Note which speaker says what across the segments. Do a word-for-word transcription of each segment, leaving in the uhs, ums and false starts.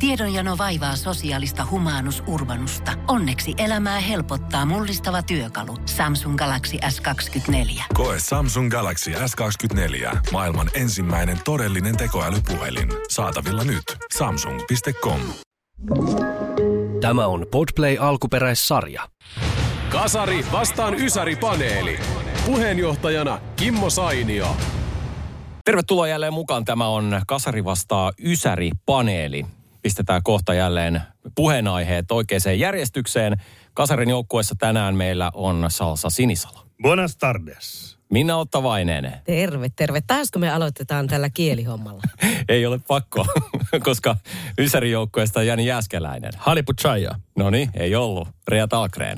Speaker 1: Tiedonjano vaivaa sosiaalista humanus urbanusta. Onneksi elämää helpottaa mullistava työkalu. Samsung Galaxy S kaksikymmentäneljä.
Speaker 2: Koe Samsung Galaxy S kaksikymmentäneljä. Maailman ensimmäinen todellinen tekoälypuhelin. Saatavilla nyt. samsung piste com.
Speaker 3: Tämä on Podplay alkuperäissarja.
Speaker 4: Kasari vastaan Ysäri-paneeli. Puheenjohtajana Kimmo Sainio.
Speaker 5: Tervetuloa jälleen mukaan. Tämä on Kasari vastaa Ysäri-paneeli. Pistetään kohta jälleen puheenaiheet oikeaan järjestykseen. Kasarin joukkueessa tänään meillä on Salsa Sinisalo.
Speaker 6: Buenas tardes.
Speaker 5: Minna Ottavainen.
Speaker 7: Terve, terve. Taasko me aloitetaan tällä kielihommalla?
Speaker 5: Ei ole pakko, koska Ysärin joukkueesta Jani Jääskeläinen.
Speaker 6: Halipu chaya.
Speaker 5: No niin, ei ollut. Rea Talkreen.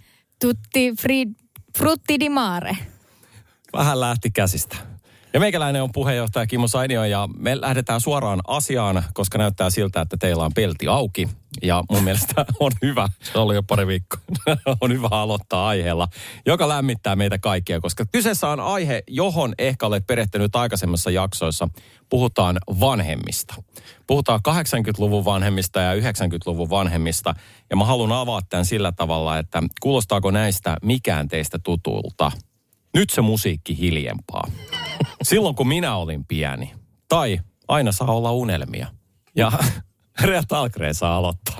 Speaker 8: Tutti fri, frutti di mare.
Speaker 5: Vähän lähti käsistä. Ja meikäläinen on puheenjohtaja Kimmo Sainio ja me lähdetään suoraan asiaan, koska näyttää siltä, että teillä on pelti auki. Ja mun mielestä on hyvä,
Speaker 6: se oli jo pari viikkoa,
Speaker 5: on hyvä aloittaa aiheella, joka lämmittää meitä kaikkia, koska kyseessä on aihe, johon ehkä olet perehtynyt aikaisemmassa jaksoissa. Puhutaan vanhemmista. Puhutaan kahdeksankymmentäluvun vanhemmista ja yhdeksänkymmentäluvun vanhemmista. Ja mä haluan avaa tämän sillä tavalla, että kuulostaako näistä mikään teistä tutulta? Nyt se musiikki hiljempaa. Silloin kun minä olin pieni. Tai aina saa olla unelmia. Ja Rea Talkreen saa aloittaa.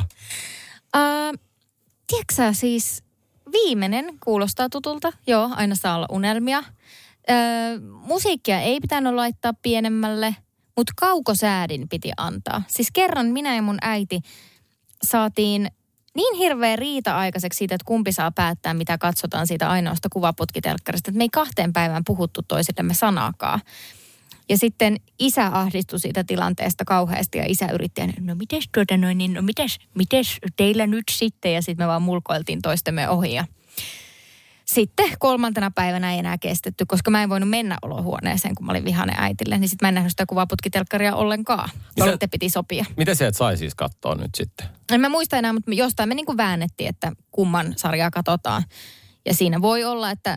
Speaker 8: Uh, tiedätkö sä siis, viimeinen kuulostaa tutulta. Joo, aina saa olla unelmia. Uh, musiikkia ei pitänyt laittaa pienemmälle, mutta kaukosäädin piti antaa. Siis kerran minä ja mun äiti saatiin niin hirveä riita aikaiseksi siitä, että kumpi saa päättää, mitä katsotaan siitä ainoasta kuvaputkitelkkarista. Että me ei kahteen päivään puhuttu toisillemme sanaakaan. Ja sitten isä ahdistui siitä tilanteesta kauheasti ja isä yritti, no mites tuota noin, niin no mites, mites teillä nyt sitten? Ja sitten me vaan mulkoiltiin toistemme ohi. Ja sitten kolmantena päivänä ei enää kestetty, koska mä en voinut mennä olohuoneeseen, kun mä olin vihainen äitille. Niin sitten mä en nähnyt sitä kuvaputkitelkkaria ollenkaan. Olette piti sopia.
Speaker 5: Mitä sieltä sai siis katsoa nyt sitten?
Speaker 8: En mä muista enää, mutta jostain me niin kuin väännettiin, että kumman sarjaa katsotaan. Ja siinä voi olla, että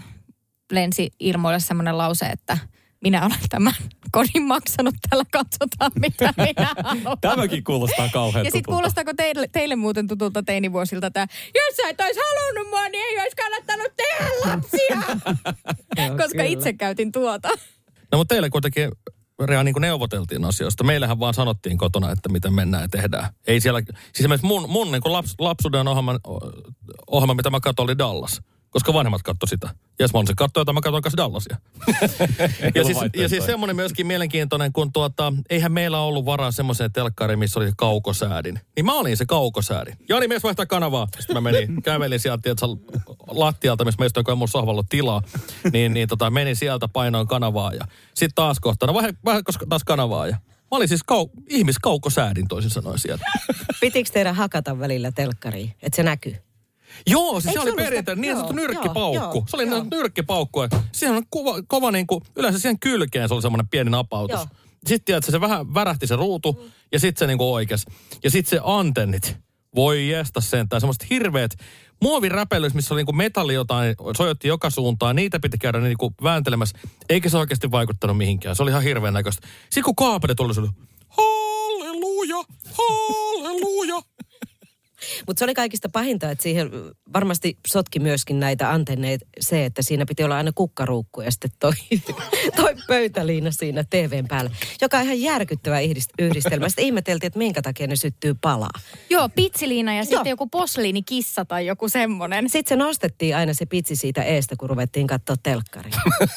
Speaker 8: lensi ilmoille semmoinen lause, että minä olen tämän kodin maksanut, täällä katsotaan mitä minä haluan.
Speaker 5: Tämäkin kuulostaa kauhean
Speaker 8: Ja sitten kuulostaako teille, teille muuten tutulta teinivuosilta tämä, jos sä et olisi halunnut mua, niin ei olisi kannattanut tehdä lapsia. Koska kyllä. Itse käytin tuota.
Speaker 6: No mutta teille kuitenkin, Rea, niin kuin neuvoteltiin asioista. Meillähän vaan sanottiin kotona, että miten mennään ja tehdään. Ei siellä, siis esimerkiksi mun, mun niin kuin laps, lapsuuden ohjelma, ohjelma, mitä mä katsoin, oli Dallas. Koska vanhemmat katsoi sitä. Jes Monsi katsoi, jota mä katsoin kanssa Dallasia. ja, siis, ja siis semmoinen myöskin mielenkiintoinen, kun tuota, eihän meillä ollut varaa semmoiseen telkkariin, missä oli kaukosäädin. Niin mä olin se kaukosäädin. Jani, mies vaihtaa kanavaa. Sitten mä menin, kävelin sieltä tiedätkö, lattialta, missä meistä on mun sohvalla tilaa. Niin, niin tota, menin sieltä, painoin kanavaa ja sitten taas kohtana, vähän, vähän taas kanavaa ja mä olin siis kau- ihmiskaukosäädin toisin sanoen sieltä.
Speaker 7: Pitikö teidän hakata välillä telkkariin, että se näkyy?
Speaker 6: Joo, siis se oli perinteinen niin sanottu nyrkkipaukku. Joo, se oli joo. nyrkkipaukku. Siihen on kova, kova niin kuin, yleensä siihen kylkeen se oli semmoinen pieni napautus. Joo. Sitten tiedätkö, se vähän värähti se ruutu mm. ja sitten se niin kuin oikeas. Ja sitten se antennit. Voi jestä sentään. Semmoiset hirveät muoviräpelys, missä oli niin kuin metalli jotain, sojotti joka suuntaan. Niitä piti käydä niin kuin vääntelemässä. Eikä se oikeasti vaikuttanut mihinkään. Se oli ihan hirveän näköistä. Sitten kun kaapeli tuli, se oli halleluja, halleluja.
Speaker 7: Mutta se oli kaikista pahinta, että siihen varmasti sotki myöskin näitä antenneita se, että siinä piti olla aina kukkaruukku ja sitten toi, toi pöytäliina siinä T V:n päällä, joka on ihan järkyttävä yhdistelmä. Sitten ihmeteltiin, että minkä takia ne syttyy palaa.
Speaker 8: Joo, pitsiliina ja sitten joku posliinikissa tai joku semmoinen.
Speaker 7: Sitten se nostettiin aina se pitsi siitä eestä, kun ruvettiin katsoa telkkaria.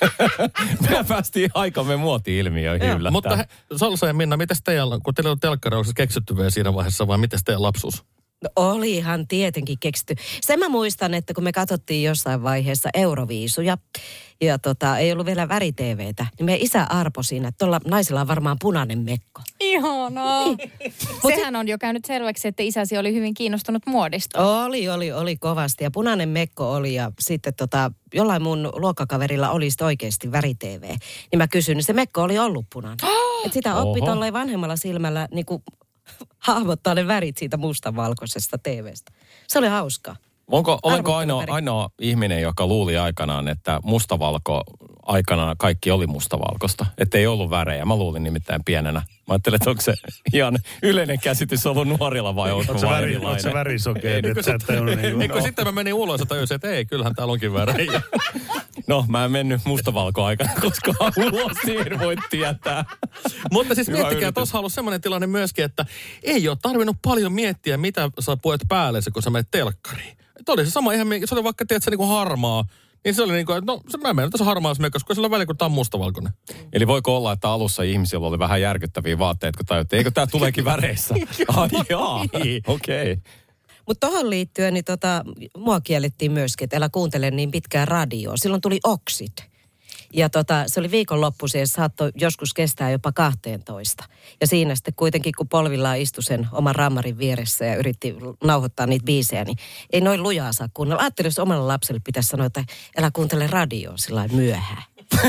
Speaker 5: Me päästiin aikamme muoti-ilmiöihin yllättäen.
Speaker 6: Mutta Salsa ja Minna, mitäs teillä, kun teillä on telkkari, onko se keksitty vielä siinä vaiheessa vai mitäs teidän lapsuus?
Speaker 7: No olihan tietenkin keksitty. Sen mä muistan, että kun me katsottiin jossain vaiheessa Euroviisuja ja tota, ei ollut vielä väri-tvtä, niin meidän isä arpoi siinä, että tuolla naisella on varmaan punainen mekko.
Speaker 8: Ihanaa. Sehän on jo käynyt selväksi, että isäsi oli hyvin kiinnostunut muodista.
Speaker 7: Oli, oli, oli kovasti ja punainen mekko oli ja sitten tota, jollain mun luokkakaverilla oli sitten oikeasti väri-tv. Niin mä kysyin, niin se mekko oli ollut punainen. Että sitä oppi tolleen vanhemmalla silmällä niin kuin hahmottaa ne värit siitä mustavalkoisesta T V:stä. Se oli hauskaa.
Speaker 5: Onko, olenko ainoa, ainoa ihminen, joka luuli aikanaan, että mustavalko aikana kaikki oli mustavalkoista. Että ei ollut värejä. Mä luulin nimittäin pienenä. Mä ajattelin, että onko se ihan yleinen käsitys ollut nuorilla vai onko se
Speaker 9: väri, Onko se värisokea?
Speaker 6: Niin, niin, niin, kun sitten mä menin ulos ja tajusin, että ei, kyllähän täällä onkin värejä.
Speaker 5: No, mä en mennyt mustavalkoaikana, koska ulos niin voit tietää.
Speaker 6: Mutta siis miettikää, tuossa halusi semmoinen tilanne myöskin, että ei ole tarvinnut paljon miettiä, mitä sä puet päällesi, kun sä menet telkkariin. Että oli se sama ihan, se oli vaikka, tiedät, se niinku harmaa. Niin se oli niin kuin, että no mä menen tässä harmaassa mekossa, kun sillä on väliä, kun tämä on mustavalkoinen.
Speaker 5: Eli voiko olla, että alussa ihmisillä oli vähän järkyttäviä vaatteita, kun tajutti, eikö tämä tuleekin väreissä? Ai jaa, okei. Okay.
Speaker 7: Mutta tuohon liittyen, niin tota, mua kiellettiin myöskin, että älä kuuntele niin pitkään radioa. Silloin tuli oksit. Ja tota, se oli viikonloppuisin ja saattoi joskus kestää jopa kahteentoista. Ja siinä sitten kuitenkin, kun polvillaan istui sen oman rammarin vieressä ja yritti nauhoittaa niitä biisejä, niin ei noin lujaa saa kuunnella. Ajattelin, jos omalle lapselle pitäisi sanoa, että älä kuuntele radioa sillä myöhään.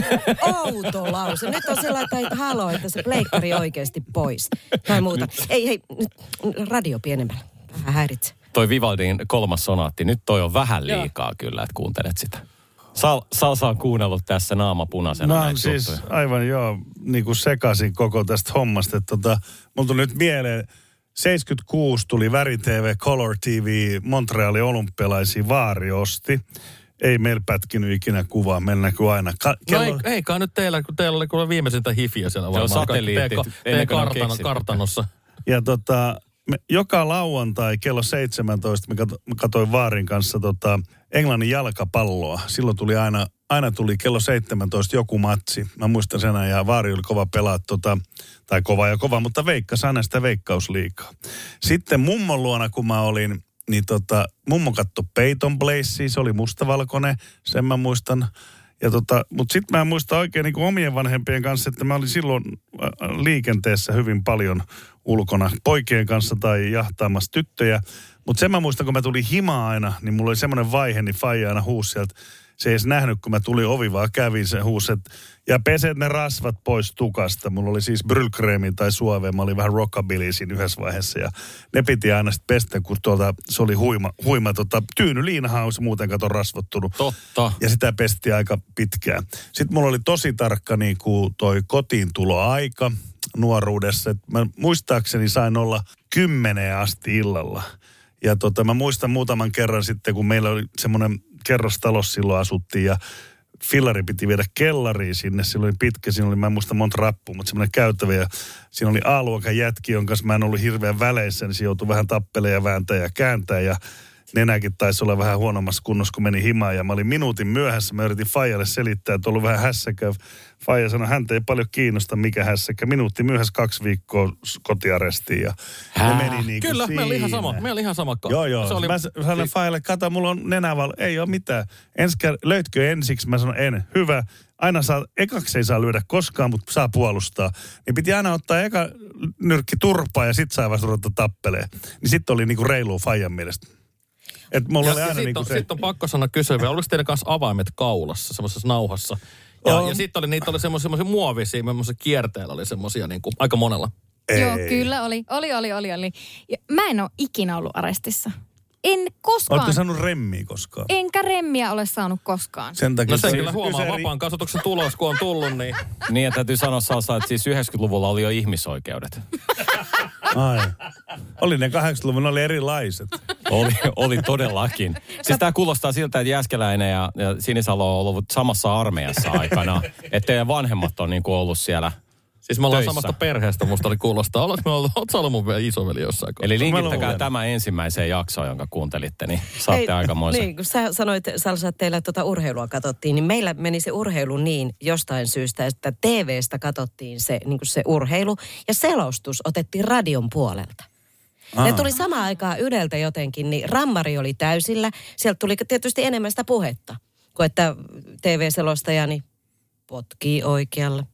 Speaker 7: Outo lause. Nyt on sellainen, että haloo, että se pleikkari oikeasti pois. Tai muuta. Ei, hei, nyt radio pienemmällä. Vähän häiritse.
Speaker 5: Toi Vivaldin kolmas sonaatti, nyt toi on vähän liikaa Joo. kyllä, että kuuntelet sitä. Sal, Salsa on kuunnellut tässä naama punaisena.
Speaker 9: Mä oon siis juttuja. Aivan joo, niin kuin sekasin koko tästä hommasta. Että tota, mulla tuli nyt mieleen, seitsemänkymmentäkuusi tuli Väri T V, Color T V, Montrealin olympialaisia Vaari osti. Ei meillä pätkinyt ikinä kuvaa, meillä näkyy aina. Ka- kello... No ei,
Speaker 6: eikä nyt teillä, kun teillä oli kuule viimeisintä hifiä siellä varmaan.
Speaker 5: Se on satelliitti.
Speaker 6: Teidän kartano, kartanossa.
Speaker 9: Ja tota, me, joka lauantai kello seitsemäntoista me kato, katsoin Vaarin kanssa tota, Englannin jalkapalloa. Silloin tuli aina, aina tuli kello seitsemäntoista joku matsi. Mä muistan sen ajan, ja Vaari oli kova pelaa, tota, tai kova ja kova, mutta veikkasi aina sitä veikkausliigaa. Sitten mummon luona, kun mä olin, niin tota, mummo katsoi Peyton Blazea, se oli mustavalkoinen, sen mä muistan. Ja tota, mutta sitten mä en muista oikein niin kuin omien vanhempien kanssa, että mä olin silloin liikenteessä hyvin paljon ulkona poikien kanssa tai jahtaamassa tyttöjä. Mutta sen mä muistan, kun mä tulin himaan aina, niin mulla oli semmoinen vaihe, niin faija aina huusi sieltä. Se ei edes nähnyt, kun mä tulin ovi, vaan kävin se huusi, että ja peset ne rasvat pois tukasta. Mulla oli siis brylkreemi tai suove, mä olin vähän rockabilly siinä yhdessä vaiheessa. Ja ne piti aina sitten pestä, kun tuolta, se oli huima, huima tota, tyynyliinahan olisi muuten kato rasvottunut.
Speaker 5: Totta.
Speaker 9: Ja sitä pesti aika pitkään. Sitten mulla oli tosi tarkka niin kuin toi kotiintuloaika nuoruudessa. Et mä muistaakseni sain olla kymmeneen asti illalla. Ja tota, mä muistan muutaman kerran sitten, kun meillä oli semmoinen kerrostalous silloin asuttiin ja fillari piti viedä kellariin sinne. Silloin oli pitkä, siinä oli, mä en muista monta rappua, mutta semmoinen käytävä. Ja siinä oli A-luokan jätki, jonka kanssa mä en ollut hirveän väleissä, niin se joutui vähän tappelemaan ja vääntää ja kääntää. Ja nenäkin taisi olla vähän huonommassa kunnossa, kun meni himaan. Ja mä olin minuutin myöhässä. Mä yritin Faijalle selittää, että on ollut vähän hässäkää. Faija sanoi, häntä ei paljon kiinnosta, mikä hässäkkä. Minuutti myöhässä kaksi viikkoa kotiarestiin. Ja ne meni niin kuin
Speaker 6: Kyllä,
Speaker 9: siinä.
Speaker 6: meillä oli ihan sama. Meillä oli ihan sama.
Speaker 9: Joo, joo.
Speaker 6: Se oli...
Speaker 9: Mä sanoin Faijalle, kato, mulla on nenäval. Ei ole mitään. Enskär, löytkö ensiksi? Mä sanoin, en. Hyvä. Aina saa, ekaksi ei saa lyödä koskaan, mutta saa puolustaa. Niin piti aina ottaa eka nyrkki turpaa ja sit saa vasta ruveta tappeleen. Niin sitten oli niinku reilua Faijan mielestä. Et mulla
Speaker 6: ja
Speaker 9: oli aina
Speaker 6: sitten
Speaker 9: niinku
Speaker 6: on,
Speaker 9: se...
Speaker 6: sit on pakko sanoa kysyä, oliko teidän kanssa avaimet kaulassa, semmoisessa nauhassa? Ja, ja sitten oli, niitä oli semmoisia muovisia, semmoisia kierteillä oli semmoisia niinku, aika monella.
Speaker 8: Ei. Joo, kyllä oli. Oli, oli, oli, oli. Ja mä en ole ikinä ollut arestissa. En koskaan.
Speaker 9: Oletko saanut remmiä koskaan?
Speaker 8: Enkä remmiä ole saanut koskaan.
Speaker 9: Sen takia
Speaker 6: no se kyllä huomaa yseri... vapaan kasvatuksen tulos, kun on tullut, niin...
Speaker 5: Niin, ja täytyy sanoa Salsa, että siis yhdeksänkymmentäluvulla oli jo ihmisoikeudet.
Speaker 9: Ai. Oli ne kahdeksankymmentäluvun, oli erilaiset.
Speaker 5: Oli, oli todellakin. Siis tämä kuulostaa siltä, että Jääskeläinen ja, ja Sinisalo on ollut samassa armeijassa aikana. Että teidän vanhemmat on niinku ollut siellä
Speaker 6: Siis me ollaan
Speaker 5: töissä.
Speaker 6: Samasta perheestä, musta oli kuulostaa. Oletko me ollut, ootko ollut mun isoveli jossain kohtaa?
Speaker 5: Eli linkittäkää tämä ensimmäiseen jaksoon, jonka kuuntelitte, niin saatte aikamoisen.
Speaker 7: Niin, kun sä sanoit, Salsa, että teillä tuota urheilua katsottiin, niin meillä meni se urheilu niin jostain syystä, että T V:stä katsottiin se, niin kuin se urheilu ja selostus otettiin radion puolelta. Aa. Ne tuli samaan aikaan Yleltä jotenkin, niin rammari oli täysillä. Sieltä tuli tietysti enemmän sitä puhetta, kuin että T V-selostajani potkii oikealle.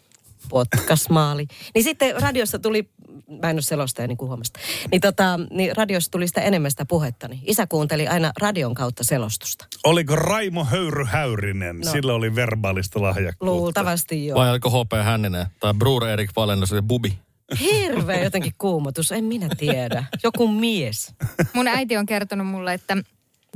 Speaker 7: Potkas maali. Niin sitten radiossa tuli, mä en ole selostaja niin kuin huomasta, niin, tota, niin radiossa tuli sitä enemmän sitä puhetta. Niin isä kuunteli aina radion kautta selostusta.
Speaker 9: Oliko Raimo Höyry Häyrinen? No. Sillä oli verbaalista lahjakkuutta.
Speaker 7: Luultavasti joo.
Speaker 6: Vai oliko H P Hänninen? Tai Brur Erik Valenas oli Bubi?
Speaker 7: Hirveä jotenkin kuumotus, en minä tiedä. Joku mies.
Speaker 8: Mun äiti on kertonut mulle, että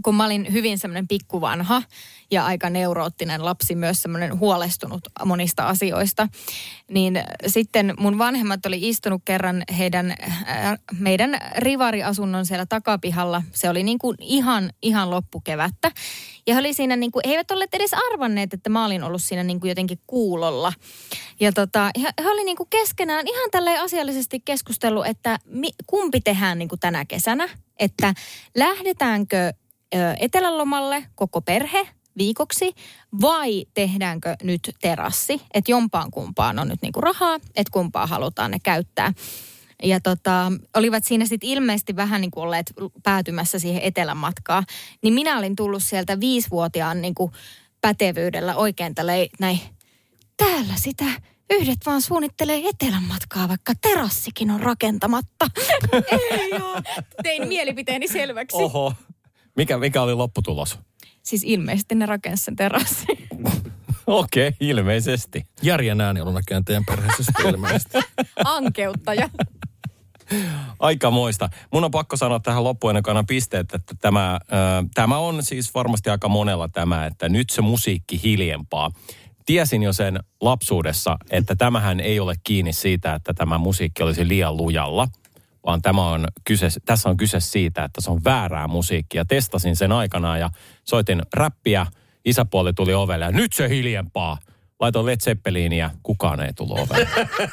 Speaker 8: kun mä olin hyvin semmoinen pikkuvanha ja aika neuroottinen lapsi, myös semmoinen huolestunut monista asioista, niin sitten mun vanhemmat oli istunut kerran heidän, äh, meidän rivariasunnon siellä takapihalla. Se oli niin kuin ihan, ihan loppukevättä. Ja he oli siinä niin kuin, he eivät olleet edes arvanneet, että mä olin ollut siinä niin kuin jotenkin kuulolla. Ja tota, he, he oli niin kuin keskenään ihan tälleen asiallisesti keskustellut, että mi, kumpi tehdään niin kuin tänä kesänä. Että lähdetäänkö ö, etelälomalle koko perhe viikoksi vai tehdäänkö nyt terassi? Että jompaan kumpaan on nyt niinku rahaa, että kumpaa halutaan ne käyttää. Ja tota, olivat siinä sitten ilmeisesti vähän niin kuin olleet päätymässä siihen etelämatkaan. Niin minä olin tullut sieltä viisivuotiaan niin kuin pätevyydellä oikein tälleen näin. Täällä sitä yhdet vaan suunnittelee etelänmatkaa, vaikka terassikin on rakentamatta. Ei oo. Tein mielipiteeni selväksi.
Speaker 5: Oho. Mikä, mikä oli lopputulos?
Speaker 8: Siis ilmeisesti ne rakensi sen terassin.
Speaker 5: Okei, okay, ilmeisesti.
Speaker 6: Järjen ääni on näköjään teidän perheessä ilmeisesti.
Speaker 8: Ankeuttaja.
Speaker 5: Aikamoista. Mun on pakko sanoa tähän loppuun ennen kuin annan pisteet, että tämä, äh, tämä on siis varmasti aika monella tämä, että nyt se musiikki hiljempaa. Tiesin jo sen lapsuudessa, että tämähän ei ole kiinni siitä, että tämä musiikki olisi liian lujalla, vaan tämä on kyse, tässä on kyse siitä, että se on väärää musiikkia. Testasin sen aikanaan ja soitin räppiä, isäpuoli tuli ovelle ja nyt se hiljempaa. Laitoin Led Zeppelinia, kukaan ei tullut ovelle.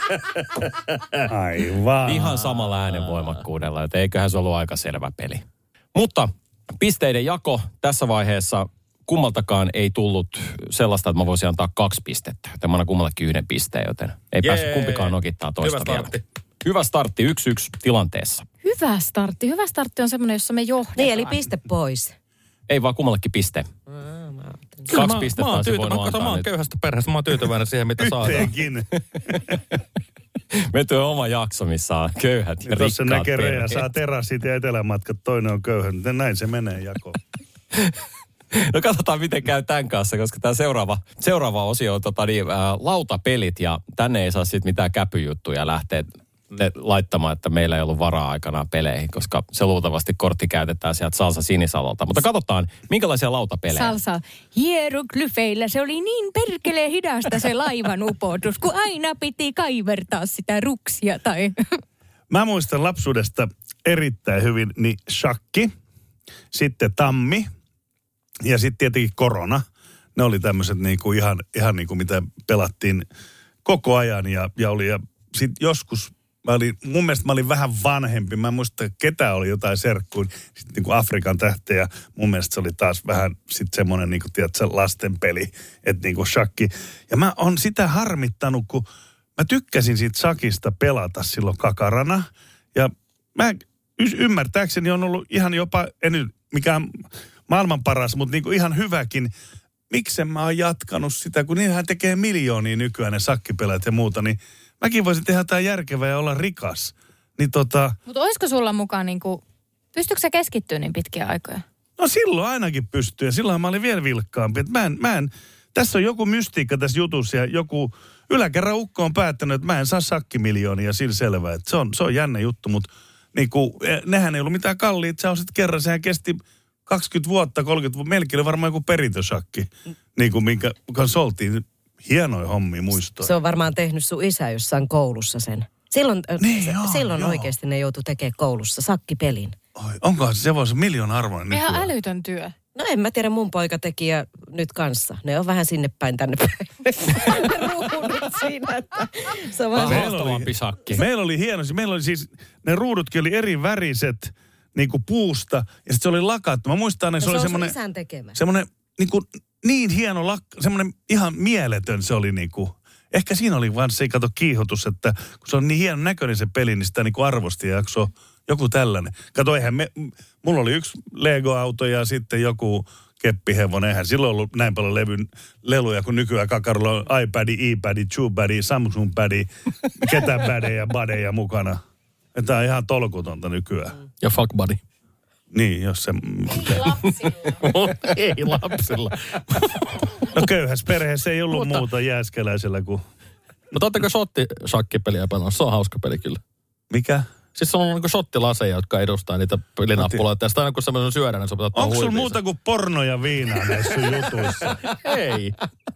Speaker 9: Aivan.
Speaker 5: Ihan samalla äänenvoimakkuudella, joten eiköhän se ollut aika selvä peli. Mutta pisteiden jako tässä vaiheessa kummaltakaan ei tullut sellaista, että mä voisin antaa kaksi pistettä. Joten mä annan kummallekin yhden pisteen, joten ei Jee. päässyt kumpikaan nokittaa toista
Speaker 6: Hyvä startti.
Speaker 5: vielä. Hyvä startti, yksi yksi tilanteessa.
Speaker 8: Hyvä startti. Hyvä startti on semmoinen, jossa me johdetaan.
Speaker 7: Niin, eli piste pois.
Speaker 5: Ei vaan kummallekin piste.
Speaker 6: Kyllä
Speaker 5: Kaksi
Speaker 6: mä,
Speaker 5: pistettä
Speaker 6: mä oon,
Speaker 5: olisi
Speaker 6: tyyty,
Speaker 5: voinut
Speaker 6: mä,
Speaker 5: antaa
Speaker 6: mä oon
Speaker 5: nyt.
Speaker 6: köyhästä perheestä, mä oon tyytyväinen siihen, mitä saadaan.
Speaker 9: Yhteenkin.
Speaker 5: Me tuo oma jakso, missä on köyhät ja
Speaker 9: Tuossa
Speaker 5: rikkaat
Speaker 9: näkee Reija,
Speaker 5: perheet.
Speaker 9: saa terassit ja etelämatkat, toinen on köyhä. Näin se menee jakoon.
Speaker 5: No katsotaan, miten käy tämän kanssa, koska tämä seuraava, seuraava osio on tota, niin, ä, lautapelit ja tänne ei saa sitten mitään käpyjuttuja lähteä ne laittamaan, että meillä ei ollut varaa aikanaan peleihin, koska se luultavasti kortti käytetään sieltä Salsa Sinisalolta. Mutta katsotaan, minkälaisia lautapelejä.
Speaker 8: Salsa hieroglyfeillä. Se oli niin perkeleen hidasta se laivan upotus, kun aina piti kaivertaa sitä ruksia tai...
Speaker 9: Mä muistan lapsuudesta erittäin hyvin, niin shakki, sitten tammi ja sitten tietenkin korona. Ne oli tämmöiset niinku ihan, ihan niinku mitä pelattiin koko ajan ja, ja oli ja sitten joskus mä olin, mun mielestä mä olin vähän vanhempi. Mä en muista, ketä oli jotain serkkuun. Sitten niin kuin Afrikan tähtejä. Mun mielestä se oli taas vähän sitten semmoinen, niin kuin tiedätkö, lastenpeli. Että niin kuin shakki. Ja mä oon sitä harmittanut, kun mä tykkäsin siitä shakista pelata silloin kakarana. Ja mä y- ymmärtääkseni on ollut ihan jopa, en nyt mikään maailman paras, mutta niin kuin ihan hyväkin. Miksen mä oon jatkanut sitä, kun niinhän tekee miljoonia nykyään ne shakkipelät ja muuta, niin mäkin voisin tehdä jotain järkevää ja olla rikas. Niin tota...
Speaker 8: Mutta olisiko sulla mukaan niinku, pystyykö sä keskittyä niin pitkiä aikoja?
Speaker 9: No silloin ainakin pystyy ja silloin mä olin vielä vilkkaampi. Mä en, mä en, tässä on joku mystiikka tässä jutussa ja joku yläkerran ukko on päättänyt, että mä en saa shakkimiljoonia sillä selvää. Että se, on, se on jännä juttu, mutta niinku, nehän ei ollut mitään kalliita. Sä osit kerran, sehän kesti kaksikymmentä vuotta, kolmekymmentä vuotta. Meilläkin oli varmaan joku perintöshakki, niin kuin minkä kanssa oltiin. Hienoja hommia muistoja.
Speaker 7: Se on varmaan tehnyt sun isä jossain koulussa sen. Silloin,
Speaker 9: niin,
Speaker 7: se,
Speaker 9: joo,
Speaker 7: silloin
Speaker 9: joo.
Speaker 7: oikeasti ne joutui tekemään koulussa sakkipelin.
Speaker 9: Oi, onkohan se, se voisi miljoona arvoinen
Speaker 8: Ihan
Speaker 9: nykyään?
Speaker 8: älytön työ.
Speaker 7: No en mä tiedä, mun poika teki ja nyt kanssa. Ne on vähän sinne päin tänne päin. Ne ruudut siinä, että se on vähän...
Speaker 9: Meillä oli,
Speaker 5: haastavampi shakki.
Speaker 9: meillä oli hieno, meillä oli siis, ne ruudutkin oli eri väriset, niin kuin puusta, ja sitten se oli lakattu. Mä muistan, että
Speaker 7: No,
Speaker 9: se,
Speaker 7: se
Speaker 9: oli
Speaker 7: on sun
Speaker 9: semmoinen,
Speaker 7: isän tekemä.
Speaker 9: semmoinen niin, kuin, niin hieno, lak, semmoinen ihan mieletön se oli niin kuin. Ehkä siinä oli vaan se, kato, kiihotus, että kun se on niin hienon näköinen se peli, niin sitä niin kuin arvosti ja jakso joku tällainen. Kato, eihän me, mulla oli yksi Lego-auto ja sitten joku keppihevonen. Eihän silloin ollut näin paljon levyn, leluja kuin nykyään Kakarolla on iPadi, iPadi, Chubadi, Samsung-padi, ketä bädejä, badeja mukana. Tämä on ihan tolkutonta nykyään.
Speaker 6: Ja fuck buddy.
Speaker 9: Niin, jos se...
Speaker 6: Ei lapsilla.
Speaker 9: No köyhässä perheessä ei ollut muuta Jääskeläisellä kuin...
Speaker 6: Mutta ootteko shotti shakkipeliä pelannut? Se on hauska peli kyllä.
Speaker 9: Mikä?
Speaker 6: Siis on niinku shottilaseja, jotka edustaa niitä pelinappuloita. Ja sitä aina kun semmoinen syödään, niin se pitää ottaa
Speaker 9: onko
Speaker 6: huiviinsa.
Speaker 9: sulla muuta kuin porno ja viinaa näissä sun jutuissa?
Speaker 6: Ei.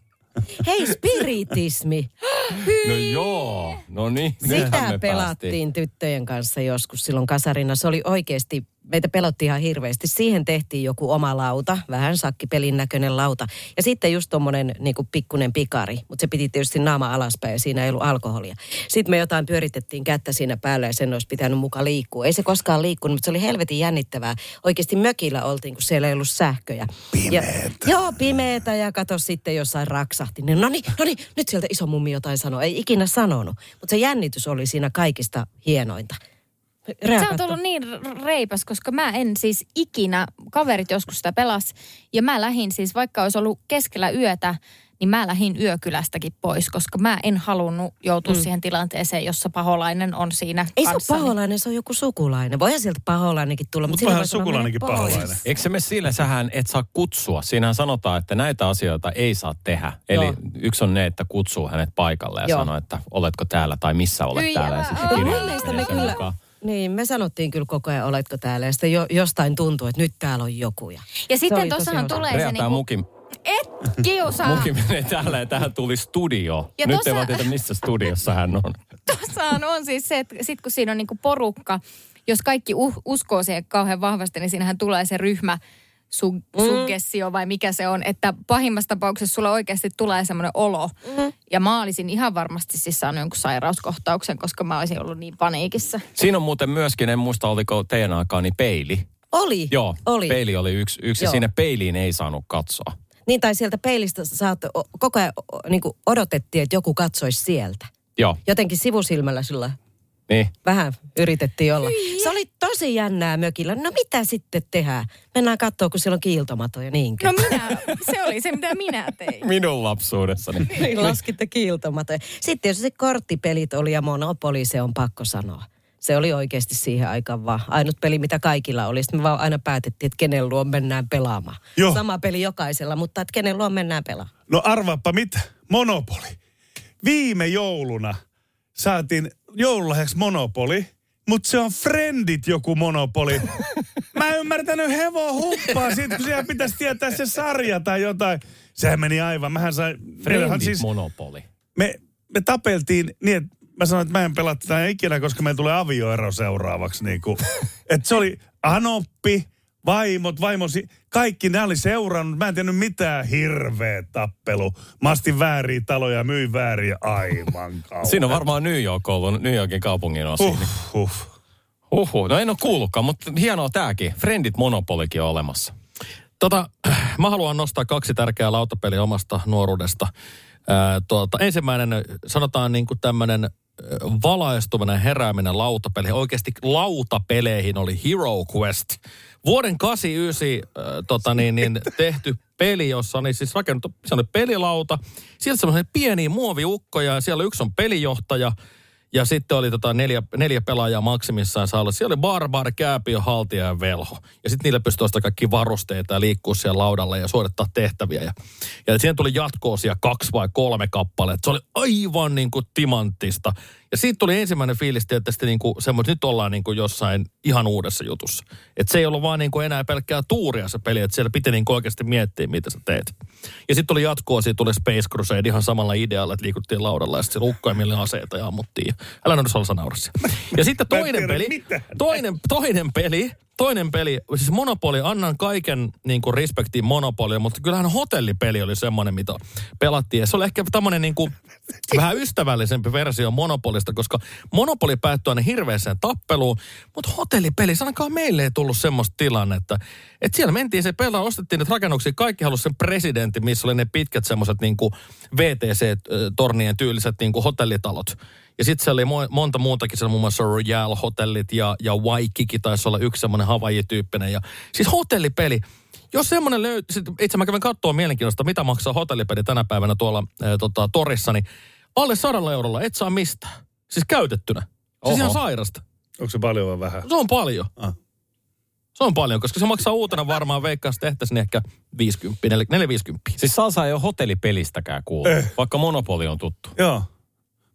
Speaker 7: Hei, spiritismi.
Speaker 5: No joo, no niin. nythän
Speaker 7: Sitä
Speaker 5: me
Speaker 7: pelattiin
Speaker 5: päästiin.
Speaker 7: tyttöjen kanssa joskus silloin kasarina. Se oli oikeasti, meitä pelotti ihan hirveästi. Siihen tehtiin joku oma lauta, vähän sakkipelin näköinen lauta. Ja sitten just tommonen niinku pikkunen pikari, mutta se piti tietysti naama alaspäin ja siinä ei ollut alkoholia. Sitten me jotain pyöritettiin kättä siinä päällä ja sen olisi pitänyt muka liikkua. Ei se koskaan liikkunut, mutta se oli helvetin jännittävää. Oikeasti mökillä oltiin, kun siellä ei ollut sähköjä. Pimeetä. Ja, joo, pimeetä ja kato sitten jossain raksahti. No niin, no niin, nyt sieltä iso mummi jotain sanoi. Ei ikinä sanonut, mutta se jännitys oli siinä kaikista hienointa.
Speaker 8: Sä oot ollut niin reipas, koska mä en siis ikinä, kaverit joskus sitä pelas, ja mä lähdin siis, vaikka olisi ollut keskellä yötä, niin mä lähdin yökylästäkin pois, koska mä en halunnut joutua mm. siihen tilanteeseen, jossa paholainen on siinä
Speaker 7: Ei se ole
Speaker 8: kanssani.
Speaker 7: paholainen, se on joku sukulainen. Voihan sieltä paholainenkin tulla, mutta
Speaker 9: Mut
Speaker 7: silloin
Speaker 9: vähän
Speaker 7: voi sanoa,
Speaker 9: sukulainenkin
Speaker 7: mene pois.
Speaker 9: paholainen.
Speaker 5: Eikö se mene sillä, sähän et saa kutsua. Siinähän sanotaan, että näitä asioita ei saa tehdä. Eli
Speaker 7: Joo.
Speaker 5: yksi on ne, että kutsuu hänet paikalle ja
Speaker 7: Joo.
Speaker 5: sanoo, että oletko täällä tai missä olet
Speaker 8: Hyi,
Speaker 5: täällä. Ja
Speaker 8: älä
Speaker 5: sitten
Speaker 8: ole.
Speaker 5: kirjoittaa
Speaker 7: Mun mielestä me
Speaker 5: sen
Speaker 7: kyllä,
Speaker 5: mukaan.
Speaker 7: niin me sanottiin kyllä koko ajan, oletko täällä. Ja sitten jo, jostain tuntuu, että nyt täällä on joku. Ja,
Speaker 8: Ja
Speaker 7: se
Speaker 8: sitten
Speaker 7: oli tosi
Speaker 8: tossahan
Speaker 7: hauska.
Speaker 8: tulee se
Speaker 5: Rea, tää
Speaker 8: niinku,
Speaker 5: mukin,
Speaker 8: et kiusaa.
Speaker 5: mukin menee täällä ja tähän tuli studio.
Speaker 8: Ja
Speaker 5: Nyt
Speaker 8: tossa-
Speaker 5: ei vaan tiedä, missä studiossa hän on.
Speaker 8: Tossahan on siis se, että sit kun siinä on niinku porukka, jos kaikki uh, uskoo siihen kauhean vahvasti, niin siinähän tulee se ryhmä su-
Speaker 7: Mm.
Speaker 8: suggestio vai mikä se on, että pahimmassa tapauksessa sulla oikeasti tulee semmoinen olo. Mm. Ja mä olisin ihan varmasti siis saanut jonkun sairauskohtauksen, koska mä olisin ollut niin paniikissa.
Speaker 5: Siinä on muuten myöskin, en muista oliko teidän aikaan, niin peili.
Speaker 7: Oli,
Speaker 5: Joo,
Speaker 7: oli.
Speaker 5: peili oli yksi, yksi ja
Speaker 7: Joo.
Speaker 5: sinne peiliin ei saanut katsoa.
Speaker 7: Niin tai sieltä peilistä saat, o, koko ajan o, niin kuin odotettiin, että joku katsoisi sieltä.
Speaker 5: Joo,
Speaker 7: Jotenkin sivusilmällä sillä
Speaker 5: niin.
Speaker 7: vähän yritettiin olla. Se oli tosi jännää mökillä. No mitä sitten tehdään? Mennään katsoa, kun siellä on kiiltomatoja, niinkö?
Speaker 8: No minä, se oli se mitä minä tein.
Speaker 5: Minun lapsuudessani.
Speaker 7: Niin, laskitte kiiltomatoja. Sitten jos se korttipelit oli ja Monopoly, se on pakko sanoa. Se oli oikeasti siihen aikaan vaan ainut peli, mitä kaikilla oli. Sitten me vaan aina päätettiin, että kenen luo mennään pelaamaan.
Speaker 9: Joo.
Speaker 7: Sama peli jokaisella, mutta että kenen luo mennään pelaamaan.
Speaker 9: No arvaappa mitä? Monopoly. Viime jouluna saatiin joululahjaksi Monopoly, mutta se on Friendit joku Monopoly. Mä en ymmärtänyt hevon huppaa siitä, kun siellä pitäisi tietää se sarja tai jotain. Sehän meni aivan. Mähän sain... meillähän
Speaker 5: Friendit Monopoly.
Speaker 9: me, me tapeltiin niin, että mä sanoin, että mä en pelaa tätä ikinä, koska meillä tulee avioero seuraavaksi. Niin että se oli Anoppi, vaimot, vaimosi, kaikki ne oli seurannut. Mä en tiennyt mitään, hirveä tappelu. Mä astin vääriä taloja ja myin vääriä, aivan kauan.
Speaker 5: Siinä on varmaan New York ollut, New Yorkin kaupungin osin.
Speaker 9: Huh, huh.
Speaker 5: Huhhuh. No en ole kuullutkaan, mutta hienoa tääkin. Friendit Monopolykin on olemassa.
Speaker 6: Tota, mä haluan nostaa kaksi tärkeää lautapeliä omasta nuoruudesta. Ää, tuota, ensimmäinen, sanotaan niin kuin tämmöinen valaistuminen, herääminen lautapeli. Oikeasti lautapeleihin oli Hero Quest. Vuoden kahdeksankymmentäyhdeksän äh, tota niin, niin, tehty peli, jossa oli siis rakennettu, se oli pelilauta. Sieltä semmoisia pieniä muoviukkoja ja siellä yksi on pelijohtaja. Ja sitten oli tota neljä, neljä pelaajaa maksimissaan saalla. Siellä oli barbar, kääpiö, haltija ja velho. Ja sitten niille pystyi ostamaan kaikki varusteita ja liikkua siellä laudalla ja suorittaa tehtäviä. Ja, ja siihen tuli jatkoosia kaksi vai kolme kappaletta. Se oli aivan niin kuin timanttista. Ja siitä tuli ensimmäinen fiilis, että sitten niin kuin semmoista, nyt ollaan niin kuin jossain ihan uudessa jutussa. Että se ei ollut vaan niin kuin enää pelkkää tuuria se peli, että siellä piti niin kuin oikeasti miettiä, mitä sä teet. Ja sitten tuli jatkoosia, tuli Space Crusade ihan samalla idealla, että liikuttiin laudalla ja sitten se lukkoja mille aseita ja ammuttiin. Älä nyt salsa naurassa. Ja sitten toinen peli, toinen, toinen peli, toinen peli, siis Monopoly, annan kaiken niin kuin respektiin Monopolia, mutta kyllähän hotellipeli oli semmoinen, mitä pelattiin. Ja se oli ehkä tämmöinen niin kuin vähän ystävällisempi versio Monopolista, koska Monopoly päättyi aina hirveäseen tappeluun, mutta hotellipeli, ainakaan meille ei tullut semmoista tilannetta. Että siellä mentiin se pelaa, ostettiin nyt rakennuksia, kaikki halusi sen presidentin, missä oli ne pitkät semmoiset niin kuin V T C-tornien tyyliset niin kuin hotellitalot. Ja sitten siellä oli monta muutakin, siellä muun muassa Royal-hotellit ja, ja Waikiki taisi olla yksi semmoinen Hawaii-tyyppinen. Ja, siis hotellipeli. Jos semmoinen löytyy, itse mä kävin katsoa mielenkiintoista, mitä maksaa hotellipeli tänä päivänä tuolla ää, tota, torissa, niin alle sadalla eurolla et saa mistään. Siis käytettynä. Siis
Speaker 5: Oho.
Speaker 6: ihan sairasta.
Speaker 9: Onko se paljon vai vähän?
Speaker 6: Se on paljon.
Speaker 9: Ah.
Speaker 6: Se on paljon, koska se maksaa uutena varmaan veikkaus tehtäisiin ehkä viisikymmentä, neljä viisikymmentä.
Speaker 5: Siis Salsa ei ole hotellipelistäkään kuullut,
Speaker 9: Eh.
Speaker 5: vaikka Monopoly on tuttu.
Speaker 9: Joo.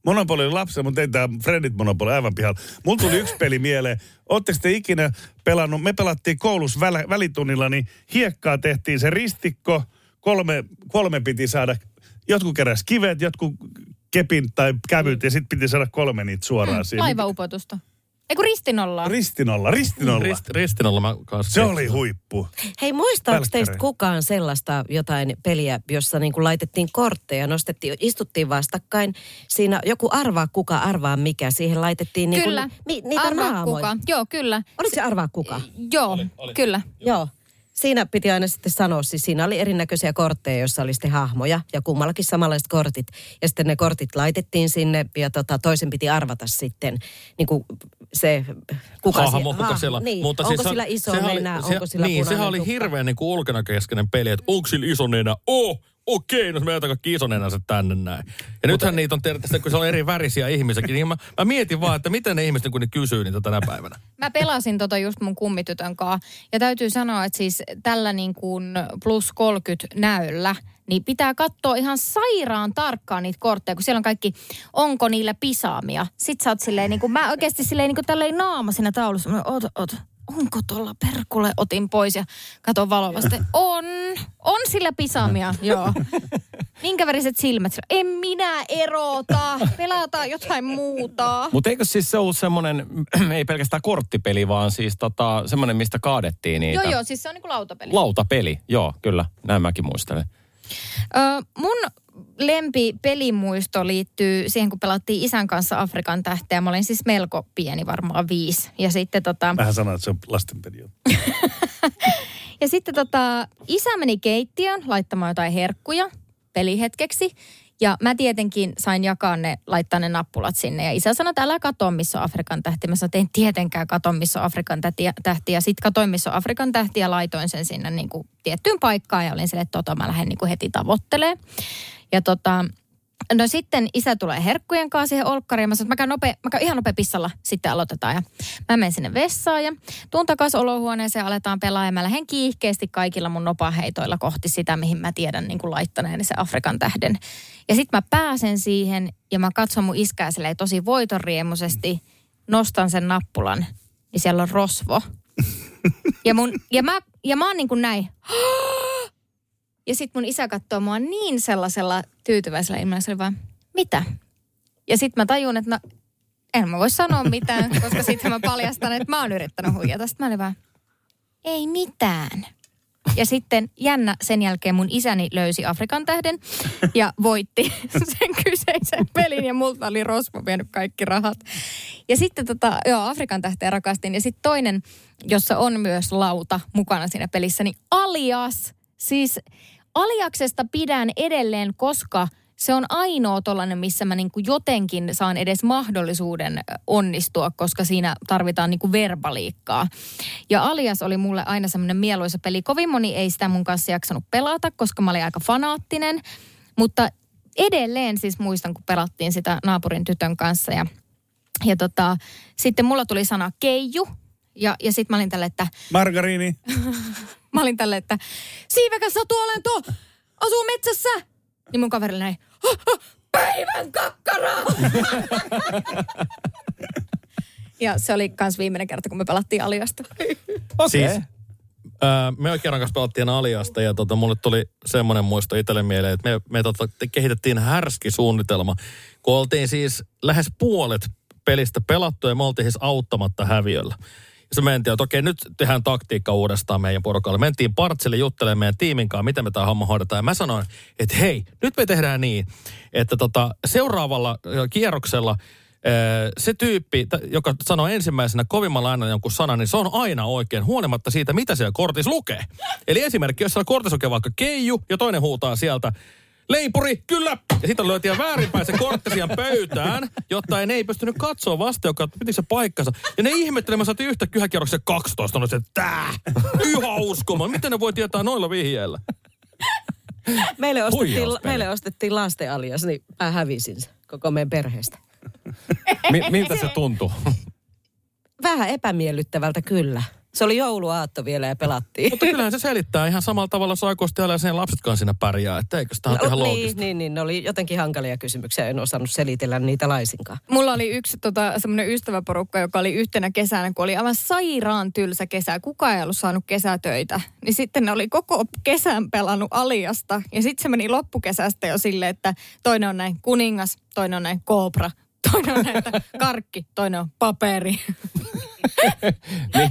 Speaker 9: Monopoli oli lapsena, mutta ei tämä Friendit Monopoli aivan pihalla. Mulla tuli yksi peli mieleen. Ootteko te ikinä pelannut, me pelattiin koulussa väl, välitunnilla, niin hiekkaa tehtiin se ristikko. Kolme, kolme piti saada, jotkut keräs kivet, jotkut kepin tai kävyt ja sitten piti saada kolme niitä suoraan siihen.
Speaker 8: Laivaupotusta. Eiku ristinolla.
Speaker 9: Ristinolla, ristinolla.
Speaker 6: Rist, ristinolla mä kanssa.
Speaker 9: Se oli huippu.
Speaker 7: Hei, muistaako
Speaker 9: Välkkäri.
Speaker 7: teistä kukaan sellaista jotain peliä, jossa niin kuin laitettiin kortteja, nostettiin, istuttiin vastakkain. Siinä joku arvaa kuka, arvaa mikä. Siihen laitettiin niin kuin,
Speaker 8: Kyllä.
Speaker 7: ni, niitä
Speaker 8: Arvaa
Speaker 7: naamoja.
Speaker 8: kuka. Joo, kyllä.
Speaker 7: Oliko se arvaa kuka?
Speaker 8: Joo,
Speaker 6: Oli, oli.
Speaker 8: kyllä.
Speaker 7: Joo. Siinä piti aina sitten sanoa, siis siinä oli erinäköisiä kortteja, joissa oli sitten hahmoja ja kummallakin samanlaiset kortit. Ja sitten ne kortit laitettiin sinne ja tota, toisen piti arvata sitten niin kuin se, kuka
Speaker 6: Hahmo,
Speaker 7: sie-
Speaker 6: kuka
Speaker 7: hahmo,
Speaker 6: siellä.
Speaker 7: Niin.
Speaker 6: Mutta
Speaker 7: onko
Speaker 6: siis
Speaker 7: sillä
Speaker 6: se-
Speaker 7: iso
Speaker 6: sehän oli-
Speaker 7: nenä,
Speaker 6: se-
Speaker 7: onko sillä
Speaker 6: Niin,
Speaker 7: punainen
Speaker 6: sehän oli
Speaker 7: tukka?
Speaker 6: hirveän niin kuin ulkonäkökeskeinen peli, että onko sillä iso nenä? Oh, okei, no me jätän kaikki isonenänsä tänne näin. Ja nythän niitä on tietysti, kun se on eri värisiä ihmisiäkin, niin mä, mä mietin vaan, että miten ne ihmiset, kun ne kysyy niitä tänä päivänä.
Speaker 8: Mä pelasin tota just mun kummitytön kanssa. Ja täytyy sanoa, että siis tällä niin kuin plus kolmekymmentä näyllä, niin pitää katsoa ihan sairaan tarkkaan niitä kortteja, kun siellä on kaikki, onko niillä pisaamia. Sit sä oot silleen, niin kuin, mä oikeasti silleen niin kuin tälleen naama siinä taulussa. Mä oot, oot, onko tuolla perkulle? Otin pois ja katon valovasti. On, on sillä pisaamia, joo. Minkä väriset silmät? En minä erota. Pelataan jotain muuta.
Speaker 5: Mutta eikö siis se ollut semmoinen, ei pelkästään korttipeli, vaan siis tota, semmoinen, mistä kaadettiin niitä?
Speaker 8: Joo, joo, siis se on niinku lautapeli.
Speaker 5: Lautapeli, joo, kyllä. Näin mäkin muistelen.
Speaker 8: Ö, mun lempipelimuisto liittyy siihen, kun pelattiin isän kanssa Afrikan tähteä. Mä olin siis melko pieni, varmaan viisi. Ja sitten tota...
Speaker 9: Mähän sanoin, että se on lastenpeli.
Speaker 8: ja sitten tota, isä meni keittiöön laittamaan jotain herkkuja pelihetkeksi. Ja mä tietenkin sain jakaa ne, laittaa ne nappulat sinne. Ja isä sanoi, että älä katso, missä on Afrikan tähti. Mä sanoin, että en tietenkään katso, missä on Afrikan tähti. Ja sitten katoin, missä on Afrikan tähti ja laitoin sen sinne niin kuin tiettyyn paikkaan. Ja olin silleen, että tota, mä lähden niin kuin heti tavoittelemaan. Ja tota, no sitten isä tulee herkkujen kanssa siihen olkkariin. Ja mä sanoin, että mä käyn, nopea, mä käyn ihan nopea pissalla, sitten aloitetaan. Ja mä menen sinne vessaan ja tuun takaisin olohuoneeseen ja aletaan pelaa. Ja mä lähden kiihkeästi kaikilla mun nopaheitoilla kohti sitä, mihin mä tiedän niin kuin laittaneeni se Afrikan tähden. Ja sitten mä pääsen siihen ja mä katson mun iskää silleen tosi voitonriemuisesti. Nostan sen nappulan ja siellä on rosvo. Ja, mun, ja, mä, ja mä oon niin kuin näin. Ja sitten mun isä katsoo mua niin sellaisella tyytyväisellä ilmeellä, se oli vaan, mitä? Ja sitten mä tajun, että no, en mä voi sanoa mitään, koska sitten mä paljastan, että mä oon yrittänyt huijata. Sitten mä olin vaan, ei mitään. Ja sitten jännä, sen jälkeen mun isäni löysi Afrikan tähden ja voitti sen kyseisen pelin ja multa oli rosvo vienyt kaikki rahat. Ja sitten tota, joo, Afrikan tähteä rakastin. Ja sitten toinen, jossa on myös lauta mukana siinä pelissä, niin Alias. Siis Aliaksesta pidän edelleen, koska se on ainoa tollainen, missä mä niinku jotenkin saan edes mahdollisuuden onnistua, koska siinä tarvitaan niinku verbaliikkaa. Ja Alias oli mulle aina semmoinen mieluisa peli. Kovin moni ei sitä mun kanssa jaksanut pelata, koska mä olin aika fanaattinen. Mutta edelleen siis muistan, kun pelattiin sitä naapurin tytön kanssa. Ja, ja tota, sitten mulla tuli sana keiju. Ja, ja sitten mä olin tälle, että...
Speaker 9: Margariini.
Speaker 8: Mä olin tälle, että siivekäs satuolento, asuu metsässä. Niin mun kaverille näin, päivän kakkara! Ja se oli kans viimeinen kerta, kun me pelattiin Aliasta.
Speaker 5: Okay.
Speaker 6: Siis, ää, me oikein kanssa pelattiin Aliasta ja tota, mulle tuli semmoinen muisto itselle mieleen, että me, me tota, kehitettiin härski suunnitelma, kun oltiin siis lähes puolet pelistä pelattu ja me oltiin siis auttamatta häviöllä. Ja se mentiin, että okei, nyt tehdään taktiikka uudestaan meidän porukalle. Mentiin Partsille juttelemaan meidän tiimin kanssa, miten me tämä homma hoidetaan. Ja mä sanoin, että hei, nyt me tehdään niin, että tota, seuraavalla kierroksella se tyyppi, joka sanoo ensimmäisenä kovimmalla äänellä jonkun sanan, niin se on aina oikein, huolimatta siitä, mitä siellä kortissa lukee. Eli esimerkiksi, jos siellä kortissa lukee vaikka keiju, ja toinen huutaa sieltä, leipuri, kyllä! Ja sitten lyötiin väärinpäin se kortti siihen pöytään, jotta ei, ne ei pystynyt katsoa vasta, joka piti se paikkansa. Ja ne ihmettelemään, saatiin yhtä kyhäkierroksen kaksitoista, on se, tää! Ihan uskomaan. Miten ne voi tietää noilla vihjeillä?
Speaker 7: Meille ostettiin, meille ostettiin lasten Alias, niin mä hävisin se koko meidän perheestä.
Speaker 5: Mi- miltä se tuntuu?
Speaker 7: Vähän epämiellyttävältä kyllä. Se oli jouluaatto vielä ja pelattiin.
Speaker 6: Mutta kyllähän se selittää ihan samalla tavalla, jos aikuiset ja sen lapsetkaan siinä pärjää. Että eikö sitä ole
Speaker 7: no,
Speaker 6: ihan
Speaker 7: niin,
Speaker 6: loogista?
Speaker 7: niin, niin. Ne oli jotenkin hankalia kysymyksiä. En osannut selitellä niitä laisinkaan.
Speaker 8: Mulla oli yksi tota, semmoinen ystäväporukka, joka oli yhtenä kesänä, kun oli aivan sairaan tylsä kesä. Kukaan ei ollut saanut kesätöitä. Niin sitten ne oli koko kesän pelannut Aliasta. Ja sitten se meni loppukesästä jo silleen, että toinen on näin kuningas, toinen on näin koobra, toinen on näitä karkki, toinen on paperi.
Speaker 5: niin.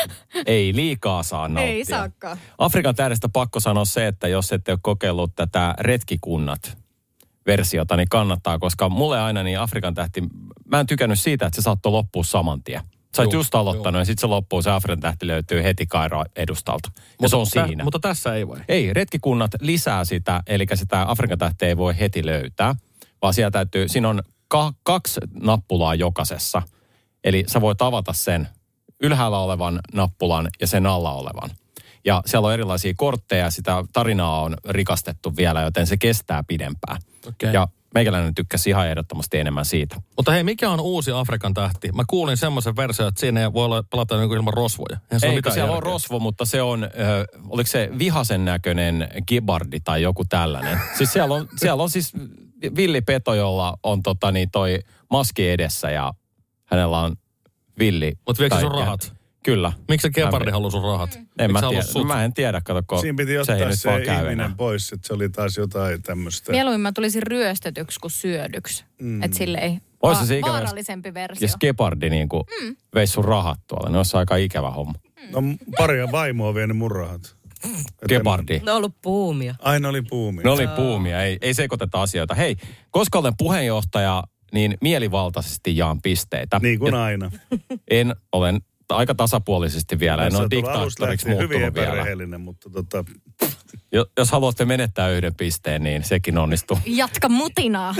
Speaker 5: Ei liikaa saa nauttia.
Speaker 8: Ei saakaan.
Speaker 5: Afrikan tähdestä pakko sanoa se, että jos ette ole kokeillut tätä retkikunnat-versiota, niin kannattaa, koska mulle aina niin Afrikan tähti, mä en tykännyt siitä, että se saattoi loppua saman tien. Sä oot just aloittanut joo. ja sitten se loppuu, se Afrikan tähti löytyy heti Kairon edustalta. Ja mutta se on tä, siinä.
Speaker 6: Mutta tässä ei voi.
Speaker 5: Ei, retkikunnat lisää sitä, eli sitä Afrikan tähteä ei voi heti löytää, vaan siellä täytyy, siinä on ka, kaksi nappulaa jokaisessa. Eli sä voit avata sen ylhäällä olevan nappulan ja sen alla olevan. Ja siellä on erilaisia kortteja, sitä tarinaa on rikastettu vielä, joten se kestää pidempään. Okay. Ja meikäläinen tykkäsi ihan ehdottomasti enemmän siitä.
Speaker 6: Mutta hei, mikä on uusi Afrikan tähti? Mä kuulin semmoisen version, että siinä voi olla pelata niin ilman rosvoja.
Speaker 5: Ei, siellä järkeä. On rosvo, mutta se on, äh, oliko se vihasen näköinen gebardi tai joku tällainen. Siis siellä on, siellä on siis villipeto, jolla on tota, niin toi maski edessä ja hänellä on villi.
Speaker 6: Mutta viekö sun rahat?
Speaker 5: Kyllä.
Speaker 6: Miksi se gepardi haluaa sun rahat?
Speaker 5: En mä tiedä. Mä en tiedä, kato, kun
Speaker 9: siinä piti ottaa se, se ihminen pois, että se oli taas jotain tämmöistä.
Speaker 8: Mieluummin mä tulisin ryöstetyksi kuin syödyksi. Mm. Että sille ei
Speaker 5: va- se ikävä,
Speaker 8: vaarallisempi versio.
Speaker 5: Jos gepardi niin kuin mm. veisi sun rahat tuolla, niin olisi aika ikävä homma.
Speaker 9: Mm. No paria vaimoa vienyt mun rahat.
Speaker 5: Gepardi.
Speaker 7: Ne on ollut puumia.
Speaker 9: Aina oli puumia.
Speaker 5: Ne oli puumia, ei, ei sekoiteta asioita. Hei, koska olen puheenjohtaja, niin mielivaltaisesti jaan pisteitä.
Speaker 9: Niin kuin ja aina.
Speaker 5: En, olen aika tasapuolisesti vielä. En ole diktaattoriksi muuttunut
Speaker 9: hyvin
Speaker 5: vielä.
Speaker 9: epärehellinen, mutta tota...
Speaker 5: Jos haluatte menettää yhden pisteen, niin sekin onnistuu.
Speaker 8: Jatka mutinaa.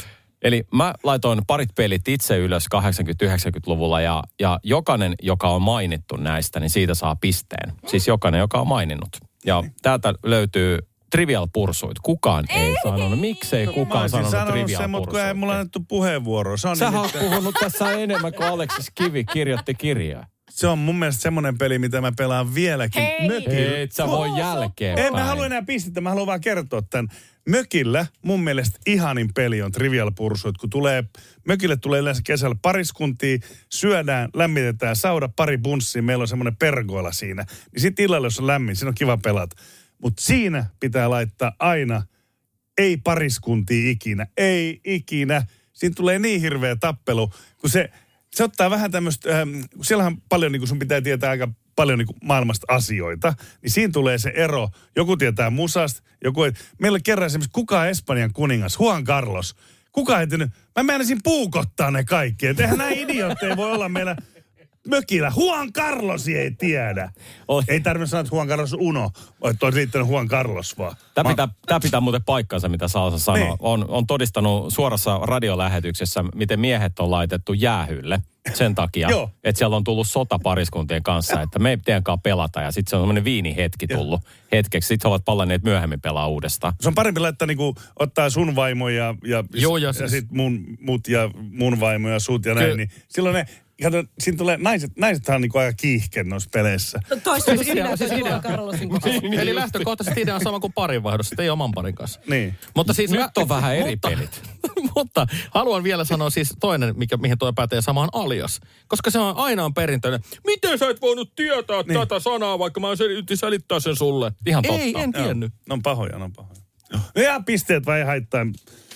Speaker 5: Eli mä laitoin parit pelit itse ylös kahdeksankymmentä-yhdeksänkymmentäluvulla ja, ja jokainen, joka on mainittu näistä, niin siitä saa pisteen. Siis jokainen, joka on maininnut. Ja täältä löytyy Trivial Pursuit. Kukaan ei, ei sanonut. Miksei kukaan sanonut Trivial Pursuit?
Speaker 9: Mutta kun ei mulla annettu puheenvuoroa.
Speaker 5: Sä nimittäin... oot puhunut tässä enemmän kuin Aleksis Kivi kirjoitti kirjaa.
Speaker 9: Se on mun mielestä semmoinen peli, mitä mä pelaan vieläkin
Speaker 8: Hei.
Speaker 9: mökillä.
Speaker 5: Ei, sä voi jälkeenpäin.
Speaker 9: En mä halua enää pistettä, mä haluan vaan kertoa tämän. Mökillä mun mielestä ihanin peli on Trivial Pursuit, kun tulee, mökille tulee yleensä kesällä pariskuntia, syödään, lämmitetään, sauda pari bunssia, meillä on semmoinen pergoila siinä. Niin sit illalla, jos on lämmin, siinä on kiva pelata. Mutta siinä pitää laittaa aina, ei pariskuntia ikinä, ei ikinä. Siinä tulee niin hirveä tappelu, kun se, se ottaa vähän tämmöistä, ähm, siellähän paljon, niin kun sun pitää tietää aika paljon niin maailmasta asioita, niin siinä tulee se ero. Joku tietää musasta, joku ei. Meillä kerran esimerkiksi, kuka on Espanjan kuningas? Juan Carlos. Kuka ei tehnyt? Mä menisin puukottaa ne kaikki. Et eihän näin idiootteja voi olla meillä mökillä. Juan Carlos ei tiedä. Oh. Ei tarvitse sanoa, että Juan Carlos Uno, että olisi riittänyt Juan Carlos vaan.
Speaker 5: Tämä pitää, tämä pitää muuten paikkansa, mitä Salsa sanoo. Niin. On, on todistanut suorassa radiolähetyksessä, miten miehet on laitettu jäähylle sen takia, että siellä on tullut sota pariskuntien kanssa, että me ei teidänkaan pelata. Ja sitten se on semmoinen viinihetki tullut Joo. hetkeksi. Sitten he ovat palanneet myöhemmin pelaa uudestaan.
Speaker 9: Se on parempi laittaa niinku, ottaa sun vaimo ja, ja,
Speaker 6: Joo, ja,
Speaker 9: ja
Speaker 6: siis...
Speaker 9: sitten mun, mut ja mun vaimo ja sut ja näin. Ky- niin silloin ne... Kato, siinä tulee, naiset, naisethan on niinku aika kiihken noissa peleissä.
Speaker 7: No toista kuin sinä, siis Juan Carlosin kanssa.
Speaker 6: Eli lähtökohtaisesti idea on sama kuin parinvaihdossa, ei oman parin kanssa.
Speaker 9: Niin.
Speaker 6: Mutta siis
Speaker 5: nyt
Speaker 6: lä-
Speaker 5: on vähän eri
Speaker 6: mutta,
Speaker 5: pelit.
Speaker 6: Mutta haluan vielä sanoa siis toinen, mikä, mihin toi pätee samaan alias. Koska se on aina on perinteinen. Miten sä et voinut tietää niin. tätä sanaa, vaikka mä yritin selittää sen sulle?
Speaker 5: Ihan totta.
Speaker 6: Ei, en tiennyt.
Speaker 9: Ne on pahoja, ne on pahoja. No ja pisteet vai haittaa.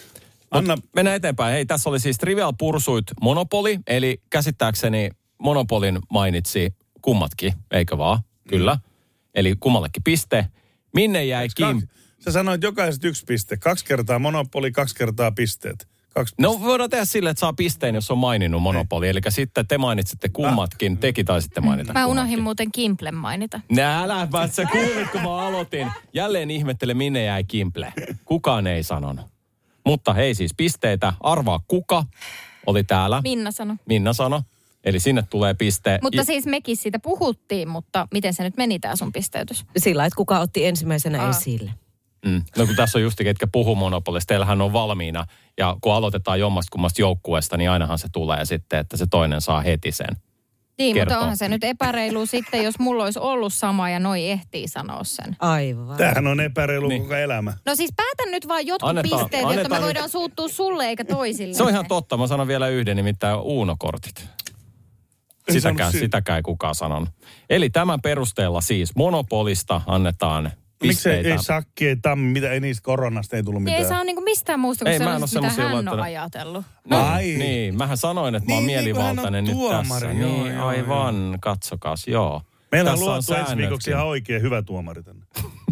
Speaker 5: Anna. Mennään eteenpäin. Hei, tässä oli siis Trivial Pursuit Monopoly, eli käsittääkseni Monopolin mainitsi kummatkin, eikö vaan? Kyllä. Mm. Eli kummallekin piste. Minne jäi Kim?
Speaker 9: Sä sanoit jokaiset yksi piste. Kaksi kertaa Monopoly, kaksi kertaa pisteet. Kaksi
Speaker 5: no piste. Voidaan tehdä silleen, että saa pisteen, jos on maininnut Monopoly. Ei. Eli sitten te mainitsitte kummatkin, ah. tekin taisitte mainita.
Speaker 8: Mä unohdin muuten Kimplen mainita.
Speaker 5: Nää äläpä, sä kuulit, kun mä aloitin. Jälleen ihmettele, minne jäi Kimple. Kukaan ei sanonut. Mutta hei siis pisteitä. Arvaa kuka oli täällä.
Speaker 8: Minna sano.
Speaker 5: Minna sano. Eli sinne tulee piste.
Speaker 8: Mutta siis mekin siitä puhuttiin, mutta miten se nyt meni tää sun pisteytys?
Speaker 7: Sillä, että kuka otti ensimmäisenä Aa. esille.
Speaker 5: Mm. No kun tässä on just ketkä puhuu Monopolista, teillähän on valmiina. Ja kun aloitetaan jommasta kummasta joukkueesta, niin ainahan se tulee sitten, että se toinen saa heti sen.
Speaker 8: Niin,
Speaker 5: kertoo.
Speaker 8: mutta onhan se nyt epäreilu sitten, jos mulla olisi ollut sama ja noi ehtii sanoa sen.
Speaker 7: Aivan.
Speaker 9: Tämähän on epäreilu
Speaker 5: Niin.
Speaker 9: koko elämä.
Speaker 8: No siis päätän nyt vaan jotkut
Speaker 5: Annetaan-
Speaker 8: pisteet, jotta
Speaker 5: annetaan
Speaker 8: me
Speaker 5: nyt-
Speaker 8: voidaan suuttua sulle eikä toisille.
Speaker 5: Se on ihan totta. Mä sanon vielä yhden, nimittäin Uuno-kortit.
Speaker 9: En
Speaker 5: Sitäkään,
Speaker 9: sanonut siitä.
Speaker 5: sitäkään ei kukaan sanonut. Eli tämän perusteella siis Monopolista annetaan
Speaker 9: Miksei
Speaker 5: pisteitä.
Speaker 9: ei sakki, ei tammi, mitä, ei niistä koronasta ei tullut
Speaker 8: Niin
Speaker 9: mitään.
Speaker 8: ei saa niinku mistään muusta kuin
Speaker 5: Ei, mä en
Speaker 8: sellaisesta,
Speaker 5: oo
Speaker 8: mitä
Speaker 5: semmosia
Speaker 8: hän on
Speaker 5: laittanut.
Speaker 8: ajatellut.
Speaker 5: No,
Speaker 9: Ai.
Speaker 5: niin, mähän sanoin, että mä oon
Speaker 9: Niin, niin, kun hän on
Speaker 5: mielivaltainen nyt
Speaker 9: tuomari,
Speaker 5: tässä.
Speaker 9: joo,
Speaker 5: Niin,
Speaker 9: joo,
Speaker 5: aivan, katsokas, joo.
Speaker 9: Meillä on
Speaker 5: Tässä
Speaker 9: luotu ensi
Speaker 5: säännötkin.
Speaker 9: viikoksi ihan oikein hyvä tuomari tänne.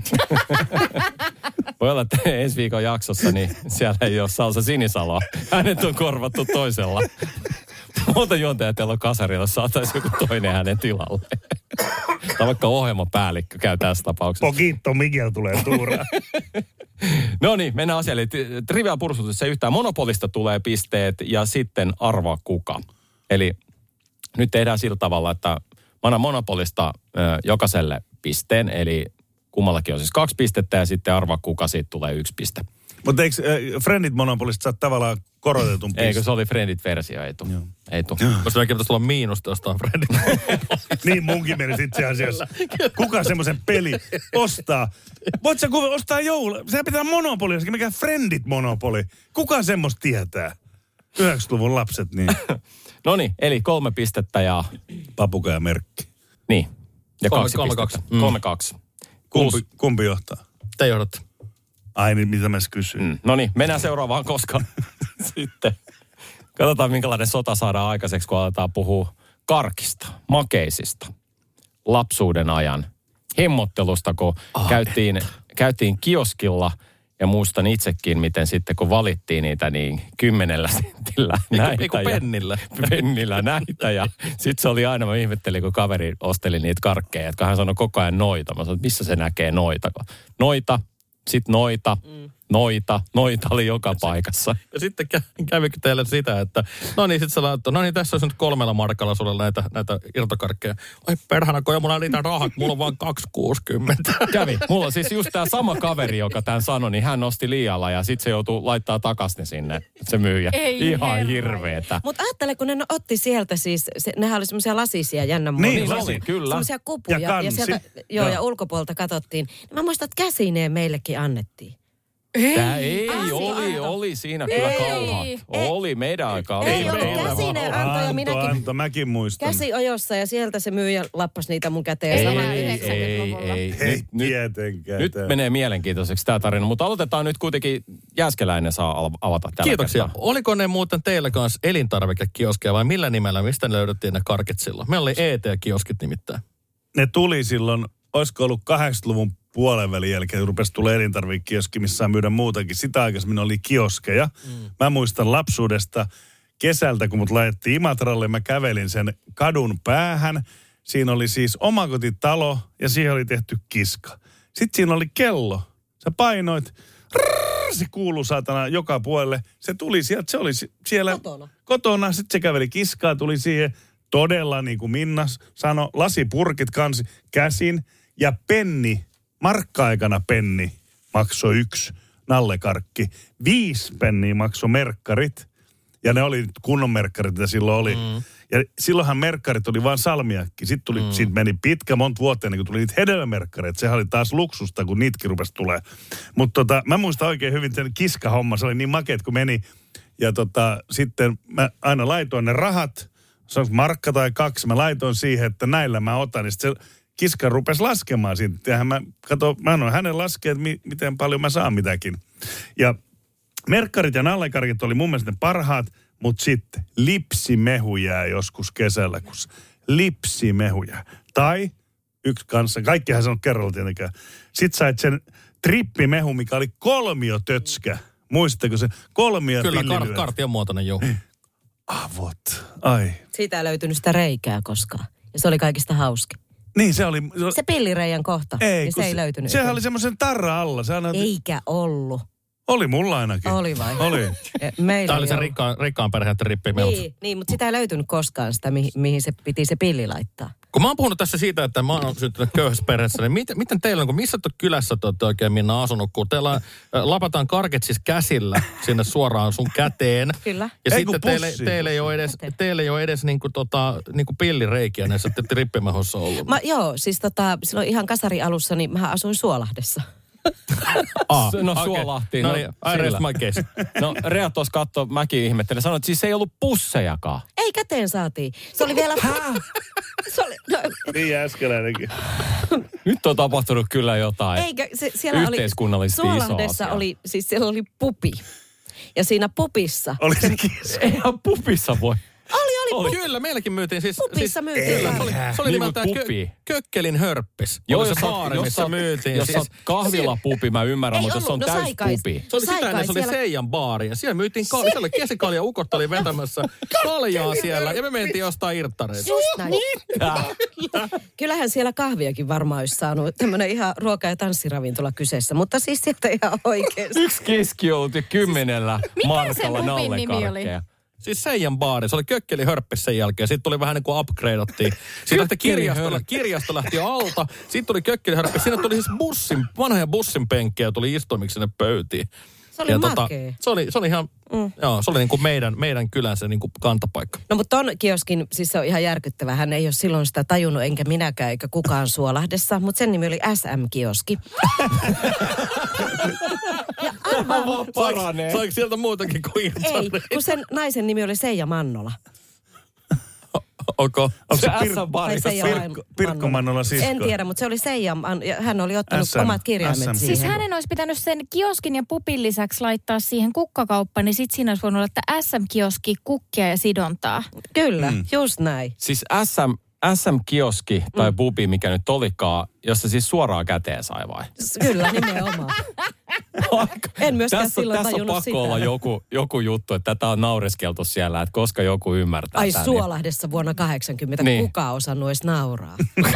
Speaker 5: Voi olla, että ensi viikon jaksossa, niin siellä ei ole Salsa Sinisaloa. Hänet on korvattu toisella. Monta juontajaa teillä on kasarilla, saataisiin joku toinen hänen tilalle. Tai vaikka ohjelmapäällikkö käy tässä tapauksessa.
Speaker 9: Pokitto Miguel tulee tuuraan.
Speaker 5: No niin, mennään asiaan. Eli Trivial Pursuitissa ei yhtään. Monopolista tulee pisteet ja sitten arvaa kuka. Eli nyt tehdään sillä tavalla, että mä annan Monopolista ö, jokaiselle pisteen. Eli kummallakin on siis kaksi pistettä ja sitten arvaa kuka, siitä tulee yksi piste.
Speaker 9: Mutta eikö äh, Friendit Monopolista saa tavallaan korotetun pisteen?
Speaker 5: Eikö se oli Friendit-versio, ei tuu. Ei tuu.
Speaker 6: Koska mekin pitäisi olla miinusta jostain Fredin.
Speaker 9: Niin munkin mielestä itse asiassa. Kuka semmoisen peli ostaa? Voit sä kuva ostaa joulu? Sehän pitää Monopolia, mikä Friendit Monopoli. Kuka semmoista tietää? yhdeksänkymmentäluvun lapset, niin.
Speaker 5: No niin, eli kolme pistettä ja...
Speaker 9: Papukaja merkki.
Speaker 5: Niin. Ja
Speaker 6: Kolme-
Speaker 5: kaksi
Speaker 6: kolme,
Speaker 5: pistettä.
Speaker 6: kaksi. Mm.
Speaker 5: Kolme kaksi.
Speaker 9: Kumpi,
Speaker 5: Kuusi.
Speaker 9: kumpi johtaa?
Speaker 6: Te johdatte.
Speaker 9: Ai niin, mitä mä kysyin?
Speaker 5: Mm. No niin, mennään seuraavaan, koska sitten katsotaan minkälainen sota saadaan aikaiseksi, kun aletaan puhua karkista, makeisista, lapsuuden ajan, hemmottelusta, kun
Speaker 6: Ah,
Speaker 5: käytiin, käytiin kioskilla ja muistan itsekin, miten sitten kun valittiin niitä, niin kymmenellä sentillä näitä.
Speaker 6: Eiku
Speaker 5: ja-
Speaker 6: pennillä.
Speaker 5: Pennillä näitä ja sitten se oli aina, mä ihmettelin, kun kaveri osteli niitä karkkeja, että hän sanoi koko ajan noita. Mä sanoin, että missä se näkee noita? Noita, sitten noita, mm. noita, noita oli joka paikassa.
Speaker 6: Ja sitten kä- kävikö teille sitä, että no niin, sitten sä laittoi, no niin, tässä olisi nyt kolmella markalla sulle näitä, näitä irtokarkkeja. Ai perhana, kun mulla riitä rahat, mulla on vaan kaksi kuusikymmentä.
Speaker 5: Kävi. Mulla on siis just tämä sama kaveri, joka tämän sanoi, niin hän osti liialla ja sitten se joutuu laittaa takaisin ne sinne, se myyjä.
Speaker 8: Ei
Speaker 5: Ihan
Speaker 8: herra.
Speaker 5: hirveetä.
Speaker 7: Mutta ajattele, kun ne otti sieltä siis, se, nehän oli semmoisia lasisia jännä
Speaker 9: Niin,
Speaker 5: Niin
Speaker 9: lasi.
Speaker 5: oli, kyllä.
Speaker 7: semmoisia kupuja.
Speaker 9: Ja kansi.
Speaker 7: sieltä, joo,
Speaker 9: Joo.
Speaker 7: ja ulkopuolelta katsottiin. Mä muistan, että käsineen meillekin annettiin.
Speaker 5: Tää ei,
Speaker 8: Asi
Speaker 5: oli,
Speaker 8: antoi.
Speaker 5: oli siinä kyllä
Speaker 8: Ei.
Speaker 5: kauhat. Oli meidän aikaa.
Speaker 7: Ei
Speaker 5: oli
Speaker 7: ollut
Speaker 5: meillä.
Speaker 7: käsineen antoi ja
Speaker 9: Anto,
Speaker 7: minäkin
Speaker 9: Anto, mäkin muistan.
Speaker 7: käsi ojossa ja sieltä se myyjä lappas niitä mun käteen.
Speaker 5: Ei,
Speaker 7: Sama
Speaker 5: ei, ei,
Speaker 8: yhdeksänkymmentäluvulla.
Speaker 5: ei.
Speaker 9: Ei
Speaker 5: Nyt, nyt,
Speaker 9: tietenkään.
Speaker 5: nyt
Speaker 9: tää.
Speaker 5: menee mielenkiintoiseksi tämä tarina, mutta aloitetaan nyt kuitenkin. Jääskeläinen saa al- avata tällä
Speaker 6: Kiitoksia.
Speaker 5: kertaa.
Speaker 6: Oliko ne muuten teillä kanssa elintarvikekioskeja vai millä nimellä, mistä ne löydettiin ne karkit silloin? Meillä oli E T-kioskit nimittäin.
Speaker 9: Ne tuli silloin, olisiko ollut kahdeksankymmentäluvun puolen välin jälkeen, rupesi tulla elintarvikekioski, missä saa myydä muutakin. Sitä aikaisemmin oli kioskeja. Mm. Mä muistan lapsuudesta kesältä, kun mut laitettiin Imatralle, mä kävelin sen kadun päähän. Siinä oli siis omakotitalo ja siihen oli tehty kiska. Sitten siinä oli kello. Sä painoit, rrrr, se kuului saatana joka puolelle. Se tuli sieltä, se oli si- siellä
Speaker 7: Kotona.
Speaker 9: kotona. Sitten se käveli kiskaa, tuli siihen todella niin kuin Minna sanoi, lasipurkit kansi käsin ja penni, markka-aikana penni maksoi yksi nallekarkki. Viisi penniä maksoi merkkarit. Ja ne oli kunnon merkkarit, mitä silloin oli. Mm. Ja silloinhan merkkarit oli vain salmiakki. Sitten tuli, mm. siitä meni pitkä monta vuotta ennen kuin tuli niitä hedelmämerkkareita. Sehän oli taas luksusta, kun niitäkin rupesi tulee. Mutta tota, mä muistan oikein hyvin sen kiskahomma. Se oli niin makeet, kun meni. Ja tota, sitten mä aina laitoin ne rahat. Se on markka tai kaksi. Mä laitoin siihen, että näillä mä otan. Niin sitten se kiska rupesi laskemaan siitä. Ja mä, kato, mä annoin hänen laskea, että mi, miten paljon mä saan mitäkin. Ja merkkarit ja nallekarkit oli mun mielestä ne parhaat, mutta sitten lipsimehu jää joskus kesällä, kun se lipsimehu jää. Tai yksi kanssa, kaikkihan se on kerralla tietenkään. Sitten sait sen trippimehu, mikä oli kolmiotötskä. Muistatteko se? Kolmio
Speaker 6: Kyllä, kar-
Speaker 9: tillilyöt.
Speaker 6: kartion muotoinen, joo.
Speaker 9: Avot. Ai.
Speaker 7: Siitä ei löytynyt sitä reikää koskaan. Ja se oli kaikista hauski.
Speaker 9: Niin se oli... Se,
Speaker 7: Se pillireiän kohta,
Speaker 9: ei,
Speaker 7: niin
Speaker 9: kun
Speaker 7: se ei löytynyt.
Speaker 9: Sehän oli semmoisen tarra alla. Se aina,
Speaker 7: Eikä ollut.
Speaker 9: oli mulla ainakin.
Speaker 7: Oli vai?
Speaker 9: Oli.
Speaker 7: Ja meillä
Speaker 6: Tämä oli
Speaker 7: ei
Speaker 6: se
Speaker 7: ollut.
Speaker 6: rikkaan, rikkaan perheen trippi.
Speaker 7: Niin, niin, mutta sitä ei löytynyt koskaan sitä, mihin, mihin se piti se pilli laittaa.
Speaker 6: Kun mä oon puhunut tässä siitä, että mä oon syntynyt köyhässä perheessä, niin miten, miten teillä on, kun missä te kylässä te olette oikein Minna asunut, kun teillä äh, lapataan karket siis käsillä sinne suoraan sun käteen.
Speaker 7: Kyllä.
Speaker 6: Ja
Speaker 9: Ei,
Speaker 6: sitten
Speaker 9: kun
Speaker 6: teille,
Speaker 9: pussiin.
Speaker 6: teille ei ole edes, teille ei ole edes niinku, tota, niinku pillireikiä näissä, että ette rippimehossa ollut.
Speaker 7: Mä, joo, siis tota, silloin ihan kasari alussa, niin mä asuin Suolahdessa.
Speaker 6: Ah,
Speaker 5: No
Speaker 6: okei.
Speaker 5: Suolahti.
Speaker 6: No
Speaker 5: no,
Speaker 6: niin, I rest
Speaker 5: sillä.
Speaker 6: my case.
Speaker 5: No Rea tuossa katsoi, mäkin ihmettelin. Sanoin, että siis ei ollut pussejakaan.
Speaker 7: Ei, käteen saatiin. Se oli vielä... Se oli, no,
Speaker 9: Niin äskeläinenkin.
Speaker 5: Nyt on tapahtunut kyllä jotain.
Speaker 7: eikä, se, siellä oli...
Speaker 5: Yhteiskunnallisesti iso
Speaker 7: Suolahdessa
Speaker 5: asia.
Speaker 7: oli, siis siellä oli pupi. Ja siinä pupissa...
Speaker 9: Oli sekin se.
Speaker 5: Eihän pupissa voi.
Speaker 7: Oli, oli,
Speaker 6: Oli. Kyllä, meilläkin myytiin siis...
Speaker 7: Pupissa
Speaker 6: siis,
Speaker 7: myytiin.
Speaker 6: Kyllä, se oli, se oli
Speaker 5: Niin,
Speaker 6: nimeltään
Speaker 5: mut
Speaker 6: kö,
Speaker 5: pupi.
Speaker 6: Kökkelin hörppis.
Speaker 5: Joo,
Speaker 6: Oli
Speaker 5: jos
Speaker 6: se
Speaker 5: on-
Speaker 6: baari,
Speaker 5: jos
Speaker 6: missä
Speaker 5: on-
Speaker 6: myytiin.
Speaker 5: Jos
Speaker 6: siis,
Speaker 5: on kahvilapupi, mä ymmärrän,
Speaker 7: Ei
Speaker 5: mutta jos on
Speaker 7: ollut, no sai kai-
Speaker 5: täyspupi.
Speaker 6: Se oli
Speaker 7: Sai
Speaker 6: sitä
Speaker 7: kai
Speaker 6: ennen, se oli
Speaker 7: siellä-
Speaker 6: Seijan baari. Ja siellä myytiin, kal- siellä oli kesikalja, ukot oli vetämässä kaljaa siellä. Ja me mentiin jostain irttareita.
Speaker 7: Just näin. Kyllähän siellä kahviakin varmaan olisi saanut. Tämmöinen ihan ruoka- ja tanssiravintola kyseessä. Mutta siis sieltä ihan oikeasti.
Speaker 5: Yksi keskijouti kymmenellä markalla
Speaker 8: sen pupin nimi oli?
Speaker 5: nallekarkkeja.
Speaker 6: Siis Seijan baari. Se oli Kökkeli hörppis sen jälkeen. Sitten tuli vähän niin kuin upgradeattiin. Siitä lähti kirjasto, kirjasto lähti alta. Sitten tuli Kökkeli hörppis. Siinä tuli siis bussin, vanhoja bussin penkkejä tuli istumiksi sinne pöytiin.
Speaker 7: Se oli makea.
Speaker 6: se, oli, se oli ihan, mm. joo, se oli niin kuin meidän, meidän kylän se niin kuin kantapaikka.
Speaker 7: No mutta ton kioskin, siis se on ihan järkyttävä. Hän ei ole silloin sitä tajunnut, enkä minäkään, eikä kukaan Suolahdessa. Mutta sen nimi oli S M-kioski. Ja arvaa,
Speaker 5: Paranee.
Speaker 6: Saiko sieltä muutakin kuin
Speaker 7: ei,
Speaker 6: irttareita?
Speaker 7: kun sen naisen nimi oli Seija Mannola.
Speaker 6: Onko?
Speaker 9: Onko se
Speaker 5: Se
Speaker 9: Pir-
Speaker 5: S-baari.
Speaker 7: Tai Seija
Speaker 9: Pirkko, Pirkko Mannola sisko?
Speaker 7: En tiedä, mutta se oli Seija, Man- ja hän oli ottanut
Speaker 9: S M,
Speaker 7: omat kirjaimet
Speaker 9: S M.
Speaker 7: siihen.
Speaker 8: Siis hänen olisi pitänyt sen kioskin ja pupin lisäksi laittaa siihen kukkakauppa, niin sitten siinä olisi voinut olla, että S M-kioski, kukkia ja sidontaa.
Speaker 7: Kyllä, mm. just näin.
Speaker 5: Siis S M, S M-kioski tai pubi, mikä nyt olikaan, jossa siis suoraan käteen sai vai?
Speaker 7: S- Kyllä, nimenomaan. En myöskään
Speaker 5: tässä,
Speaker 7: silloin
Speaker 5: tässä on
Speaker 7: tajunnut
Speaker 5: pakko
Speaker 7: sitä.
Speaker 5: olla joku, joku juttu, että tätä on naureskeltu siellä, että koska joku ymmärtää
Speaker 7: Ai
Speaker 5: tämän.
Speaker 7: Suolahdessa vuonna kahdeksankymmentä,
Speaker 5: Niin.
Speaker 7: kukaan osannut edes nauraa.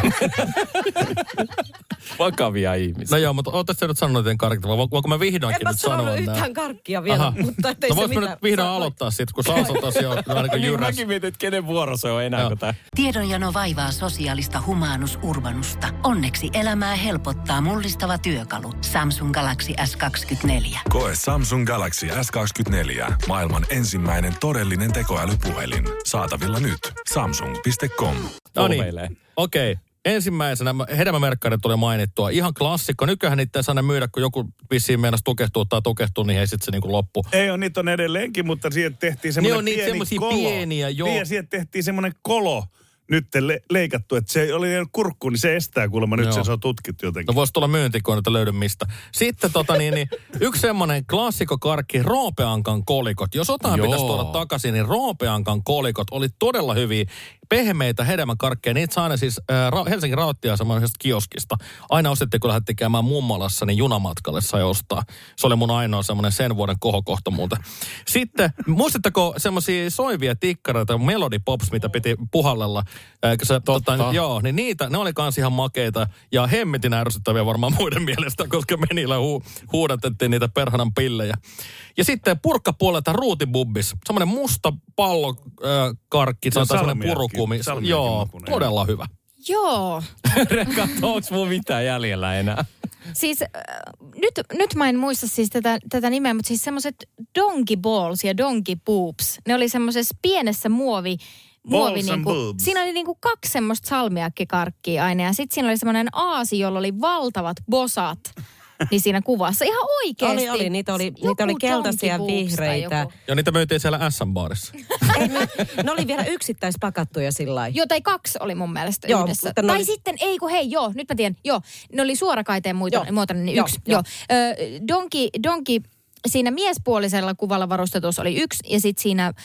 Speaker 5: Vakavia ihmisiä.
Speaker 6: No joo, mutta ootte sä nyt sanonut joten karkit, vai voinko mä
Speaker 7: En
Speaker 6: vihdoinkin
Speaker 7: mä
Speaker 6: nyt sanoa
Speaker 7: sanonut
Speaker 6: nää?
Speaker 7: yhtään karkkia vielä,
Speaker 6: Aha.
Speaker 7: mutta ettei
Speaker 6: No
Speaker 7: se
Speaker 6: vois mä
Speaker 7: mitään.
Speaker 6: nyt vihdoin
Speaker 7: Sä-
Speaker 6: aloittaa sit, kun Salsa tosiaan vähän niin kuin
Speaker 5: Niin
Speaker 6: jyräs.
Speaker 5: mäkin mietin, että kenen vuoro se on enää
Speaker 6: Joo.
Speaker 5: kuin tämä.
Speaker 1: Tiedonjano vaivaa sosiaalista humanus urbanusta. Onneksi elämää helpottaa mullistava työkalu. Samsung Galaxy S kaksikymmentäneljä.
Speaker 2: Koe Samsung Galaxy S kaksikymmentäneljä. Maailman ensimmäinen todellinen tekoälypuhelin. Saatavilla nyt. Samsung piste com.
Speaker 6: No niin,
Speaker 5: Polveilee.
Speaker 6: okei. Ensimmäisenä hedelmämerkkarit tuli mainittua. Ihan klassikko. Nykyään niitä ei saa myydä, kun joku vissiin meinasi tukehtua tai tukehtuu, niin ei sitten se niinku loppu.
Speaker 9: Ei ole, niitä on edelleenkin, mutta siihen tehtiin
Speaker 6: Niin
Speaker 9: semmoinen
Speaker 6: on niitä
Speaker 9: pieni
Speaker 6: semmosia
Speaker 9: kolo.
Speaker 6: pieniä, joo.
Speaker 9: Niin ja siihen tehtiin semmoinen kolo nyt le- leikattu, että se oli kurkku, niin se estää kuulemma. Nyt
Speaker 6: Joo.
Speaker 9: se on tutkittu jotenkin.
Speaker 6: No voisi tulla myyntikoon, että löydy mistä. Sitten tota niin, niin yksi semmoinen klassikkokarkki, Roopeankan kolikot. Jos jotain
Speaker 5: Joo.
Speaker 6: pitäisi tuoda takaisin, niin Roopeankan kolikot oli todella hyviä. Pehmeitä hedelmäkarkkeja. Niitä saa aina siis äh, Ra- Helsingin rauttiasemmoisesta kioskista. Aina ostettiin, kun lähdettiin käymään mummalassa, niin junamatkalle sai ostaa. Se oli mun ainoa semmoinen sen vuoden kohokohta muuten. Sitten, muistatteko semmoisia soivia tikkareita, Melody Pops, mitä piti puhallella? Äh, se, tota, joo, niin niitä, ne oli kans ihan makeita ja hemmetin ärsyttäviä varmaan muiden mielestä, koska menillä hu- huudatettiin niitä perhanan pillejä. Ja sitten purkkapuolelta ruutibubbis, semmoinen musta pallokarkki,
Speaker 9: Se on
Speaker 6: sanotaan semmoinen
Speaker 9: salmiakki-
Speaker 6: purukumi.
Speaker 9: salmiakin
Speaker 6: Joo,
Speaker 9: makuinen,
Speaker 6: todella hyvä.
Speaker 8: Joo.
Speaker 5: Katso, onko mulla mitään jäljellä enää?
Speaker 8: Siis äh, nyt, nyt mä en muista siis tätä, tätä nimeä, mutta siis semmoiset donkey balls ja donkey poops. Ne oli semmoisessa pienessä muovi, muovi
Speaker 9: Balls and
Speaker 8: niinku,
Speaker 9: boobs.
Speaker 8: siinä oli niinku kaksi semmoista salmiakkikarkkia aina ja sitten siinä oli semmoinen aasi, jolla oli valtavat bosat. Niin siinä kuvassa. Ihan oikeesti.
Speaker 7: Oli, oli. Niitä oli,
Speaker 8: Joku
Speaker 7: niitä oli keltaisia,
Speaker 8: Donkey Boobs tai
Speaker 7: vihreitä.
Speaker 8: joku.
Speaker 6: Ja niitä myytiin siellä S M-baarissa.
Speaker 7: Ei, me, ne oli vielä yksittäispakattuja sillä lailla.
Speaker 8: Joo, tai kaksi oli mun mielestä
Speaker 7: Joo,
Speaker 8: yhdessä.
Speaker 7: mutta ne
Speaker 8: Tai
Speaker 7: oli-
Speaker 8: sitten, ei kun hei, joo, nyt mä tiedän, joo. Ne oli suorakaiteen
Speaker 7: Joo.
Speaker 8: muotoinen, niin
Speaker 7: Joo,
Speaker 8: yksi.
Speaker 7: joo.
Speaker 8: Joo. Ö, donki, donki, siinä miespuolisella kuvalla varustetus oli yksi, ja sitten siinä ö,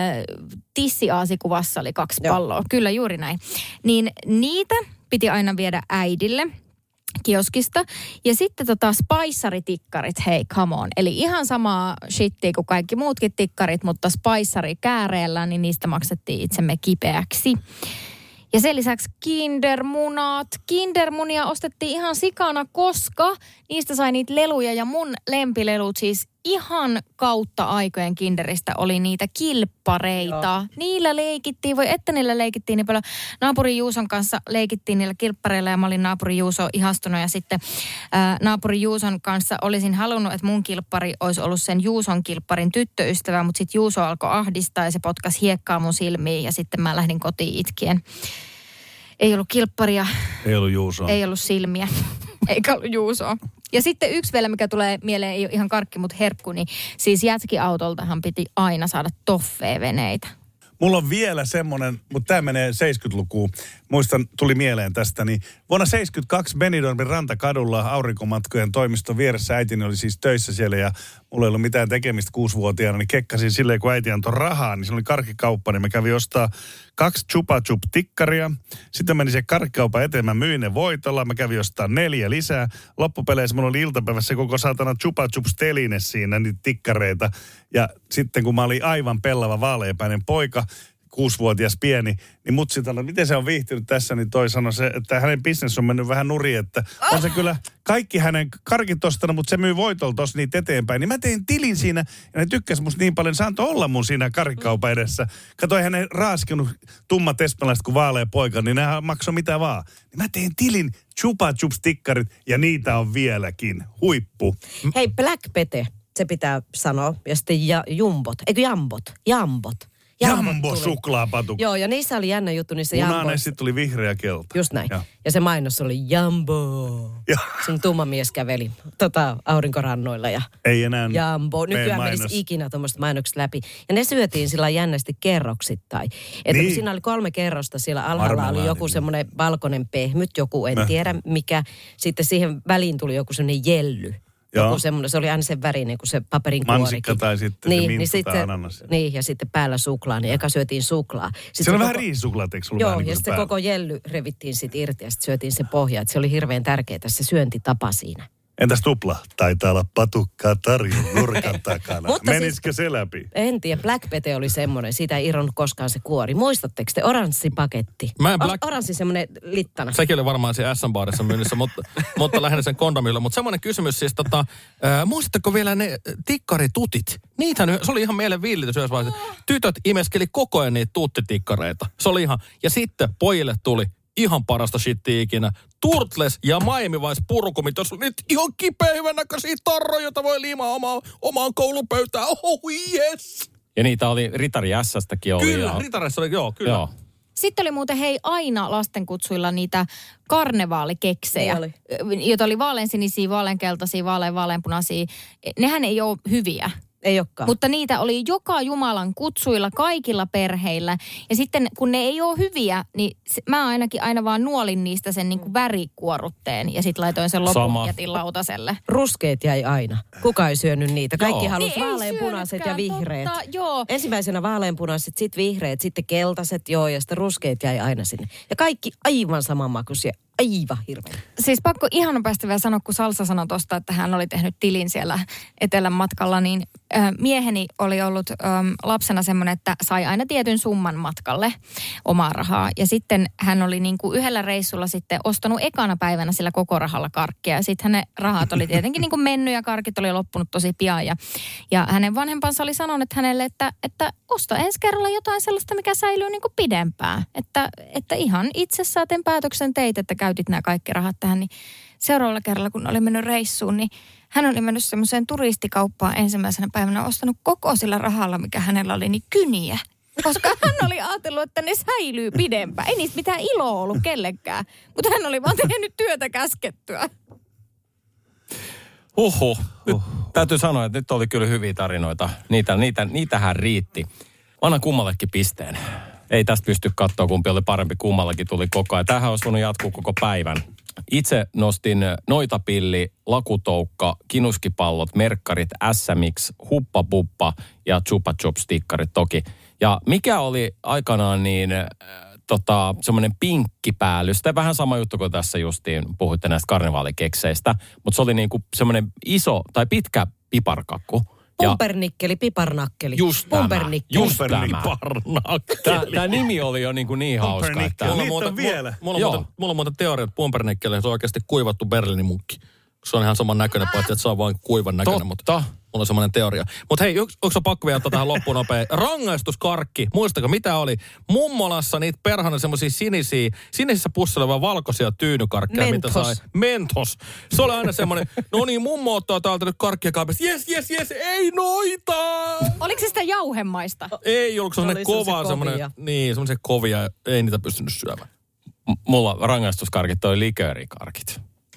Speaker 8: tissiaasikuvassa oli kaksi
Speaker 7: Joo.
Speaker 8: palloa. Kyllä, juuri näin. Niin niitä piti aina viedä äidille kioskista. Ja sitten tota spice-tikkarit, hei, come on. Eli ihan samaa shittiä kuin kaikki muutkin tikkarit, mutta spice kääreellä, niin niistä maksettiin itsemme kipeäksi. Ja sen lisäksi kindermunat. Kindermunia ostettiin ihan sikana, koska niistä sai niitä leluja. Ja mun lempilelut siis ihan kautta aikojen Kinderistä oli niitä kilppareita. Joo. Niillä leikittiin, voi että niillä leikittiin niin paljon. Naapuri Juuson kanssa leikittiin niillä kilppareilla ja mä olin naapuri Juuso ihastunut. Ja sitten ää, naapuri Juuson kanssa olisin halunnut, että mun kilppari olisi ollut sen Juuson kilpparin tyttöystävä, mutta sitten Juuso alkoi ahdistaa ja se potkasi hiekkaa mun silmiin ja sitten mä lähdin kotiin itkien. Ei ollut kilpparia.
Speaker 9: Ei ollut Juusoa.
Speaker 8: Ei ollut silmiä. Eikä ollut Juusoa. Ja sitten yksi vielä, mikä tulee mieleen, ei ole ihan karkki, mutta herkku, niin siis jätskiautoltahan piti aina saada toffee-veneitä.
Speaker 9: Mulla on vielä semmoinen, mutta tämä menee seitsemänkymmentälukuun. Muistan, tuli mieleen tästä, niin vuonna seitsemänkymmentäkaksi Benidormin Rantakadulla aurinkomatkojen toimiston vieressä äitini oli siis töissä siellä ja mulla ei ollut mitään tekemistä kuusivuotiaana, niin kekkasin silleen, kun äiti antoi rahaa, niin se oli karkkikauppa, niin mä kävin ostaa kaksi Chupa Chup tikkaria. Sitten menin se karkkikaupan eteen, mä myin ne voitolla, mä kävin ostaa neljä lisää. Loppupeleissä mulla oli iltapäivässä koko saatana Chupa Chups teline siinä, niitä tikkareita. Ja sitten kun mä olin aivan pellava vaaleapäinen poika, kuusivuotias pieni, niin mut sitten sanoi, miten se on viihtynyt tässä, niin toi sanoi se, että hänen business on mennyt vähän nurin, että on se kyllä kaikki hänen karkit ostanut, mutta se myy voitolla tossa niitä eteenpäin. Niin mä tein tilin siinä, ja ne tykkäs musta niin paljon, se antoi olla mun siinä karkkikaupan edessä. Katoi hänen raaskinut tummat espanjalaiset kuin vaalea poika, niin nehän maksoi mitä vaan. Niin mä tein tilin Chupa Chups tikkarit, ja niitä on vieläkin. Huippu.
Speaker 7: Hei, Black Pete, se pitää sanoa, ja sitten ja, jumbot, eikö jambot, jambot.
Speaker 9: Jambo suklaapatukka.
Speaker 7: Joo, ja niissä oli jännä juttu niissä jamboissa.
Speaker 9: Punainen, sitten tuli vihreä kelta.
Speaker 7: Just näin.
Speaker 9: Ja,
Speaker 7: ja se mainos oli Jambo.
Speaker 9: ja.
Speaker 7: Sun tumma mies käveli tota, aurinkorannoilla ja
Speaker 9: ei enää
Speaker 7: Jambo. Nykyään menisi ikinä tuommoiset mainokset läpi. Ja ne syötiin sillä jännästi kerroksittain. Että niin. Kun siinä oli kolme kerrosta, siellä alhaalla oli joku semmoinen valkoinen pehmyt, joku en Mä. tiedä mikä. Sitten siihen väliin tuli joku semmoinen jelly. Joku semmoinen, se oli aina sen värinen kuin se paperin kuorikin.
Speaker 9: Mansikka tai sitten
Speaker 7: niin,
Speaker 9: se mintu
Speaker 7: niin
Speaker 9: tai
Speaker 7: sitten,
Speaker 9: ananas.
Speaker 7: Niin, ja sitten päällä suklaa, niin eka syötiin suklaa. Sitten
Speaker 9: se on
Speaker 7: koko,
Speaker 9: vähän riisuklaat, eikö sulla
Speaker 7: joo,
Speaker 9: vähän niin
Speaker 7: ja sitten koko jelly revittiin sitten irti ja sitten syötiin se pohja. Että se oli hirveän tärkeää se syöntitapa siinä.
Speaker 9: Entäs tupla? Taitaa olla patukkaa tarjolla nurkan takana. Menisikö se läpi?
Speaker 7: En tiedä. Black Pete oli semmoinen. Siitä ei irronnut koskaan se kuori. Muistatteko te? Oranssipaketti.
Speaker 6: Mä en Black...
Speaker 7: O- oranssi semmoinen littana.
Speaker 6: Sekin oli varmaan se S-baarissa myynnissä, mutta, mutta lähinnä sen kondomilla. Mutta semmoinen kysymys siis, tota, äh, muistatteko vielä ne tikkaritutit? Niitähän, se oli ihan mielen villitys, jos vaan, tytöt imeskeli koko ajan niitä tuttitikkareita. Se oli ihan, ja sitten pojille tuli ihan parasta shittiä ikinä. Turtles ja Miami Vice purkumit, jos on niitä ihan kipeä hyvän näköisiä tarroja, joita voi liimaa omaan, omaan koulupöytään. Oh yes!
Speaker 5: Ja niitä oli Ritari Ässästäkin oli.
Speaker 6: Kyllä,
Speaker 5: ja...
Speaker 6: Ritarissa oli, joo, kyllä. Joo.
Speaker 8: Sitten oli muuten hei aina lastenkutsuilla niitä karnevaalikeksejä, oli. joita oli vaaleansinisiä, vaaleankeltaisia, vaalean vaaleanpunaisia. Nehän ei ole hyviä.
Speaker 7: Ei olekaan.
Speaker 8: Mutta niitä oli joka Jumalan kutsuilla kaikilla perheillä. Ja sitten kun ne ei ole hyviä, niin mä ainakin aina vaan nuolin niistä sen niin kuin värikuorutteen. Ja sitten laitoin sen lopun jätin lautaselle.
Speaker 7: Ruskeet jäi aina. Kuka ei syönyt niitä? Kaikki halusi
Speaker 8: niin
Speaker 7: vaaleanpunaiset ja vihreät.
Speaker 8: Totta, joo.
Speaker 7: Ensimmäisenä vaaleanpunaiset, sitten vihreät, sitten keltaiset, joo. Ja sitten ruskeet jäi aina sinne. Ja kaikki aivan samanmakuisia. Aivan hirveä.
Speaker 8: Siis pakko ihan nopeasti vielä sanoa, kun Salsa sanoi tuosta, että hän oli tehnyt tilin siellä etelän matkalla, niin äh, mieheni oli ollut ähm, lapsena semmoinen, että sai aina tietyn summan matkalle omaa rahaa. Ja sitten hän oli niin kuin yhdellä reissulla sitten ostanut ekana päivänä sillä koko rahalla karkkia. Ja sitten hänen rahat oli tietenkin niin kuin mennyt ja karkit oli loppunut tosi pian. Ja, ja hänen vanhempansa oli sanonut hänelle, että, että osta ensi kerralla jotain sellaista, mikä säilyy niin kuin pidempään. Että, että ihan itse saaten päätöksen teit, että käytit nämä kaikki rahat tähän, niin seuraavalla kerralla, kun oli mennyt reissuun, niin hän oli mennyt semmoiseen turistikauppaan ensimmäisenä päivänä, ostanut koko sillä rahalla, mikä hänellä oli, niin kyniä. Koska hän oli ajatellut, että ne säilyy pidempään. Ei niistä mitään iloa ollut kellekään, mutta hän oli vaan tehnyt työtä käskettyä.
Speaker 5: Huhhuh. Nyt täytyy sanoa, että nyt oli kyllä hyviä tarinoita. Niitä, niitä, niitähän riitti. Anna kummallekin pisteen. Ei tästä pysty katsoa, kumpi oli parempi, kummallakin tuli koko ajan. Tämähän olisi voinut jatkuu koko päivän. Itse nostin noitapilli, lakutoukka, kinuskipallot, merkkarit, S M X, huppapuppa ja chupa chups tikkarit toki. Ja mikä oli aikanaan niin äh, tota, semmoinen pinkkipäällys. Tämä vähän sama juttu kuin tässä justiin puhuitte näistä karnevaalikekseistä. Mutta se oli niin kuin semmoinen iso tai pitkä piparkakku.
Speaker 7: Pumpernikkeli, piparnakkeli.
Speaker 5: Just
Speaker 7: Pumpernikkeli.
Speaker 5: Just tämä. Tämä nimi oli jo niin, kuin niin hauska. Että...
Speaker 9: Mulla on muuten, vielä.
Speaker 6: Mulla, mulla, mulla, mulla on muuten teoria, että pumpernikkeli se on oikeasti kuivattu Berliinin munkki. Se on ihan saman näköinen, paitsi että se on vain kuivan näköinen.
Speaker 5: Totta.
Speaker 6: Mutta... Mulla on semmoinen teoria. Mutta hei, onko se pakko vielä ottaa tähän loppuun nopea? Rangaistuskarkki. Muistako, mitä oli? Mummolassa niitä perhana semmoisia sinisiä, sinisissä pussilla vaan valkoisia tyynykarkkeja.
Speaker 7: Mentos.
Speaker 6: Mitä sai. Mentos. Se oli aina semmoinen, no niin, mummo ottaa täältä nyt karkkia kaapista. Jes, jes, jes, ei noita!
Speaker 8: Oliko se sitä jauhemaista?
Speaker 6: Ei ollut semmoinen
Speaker 7: Oli
Speaker 6: kova, semmoinen, niin, semmoisia kovia, ei niitä pystynyt syömään.
Speaker 5: M- mulla rangaistuskarkit oli liköörikarkit.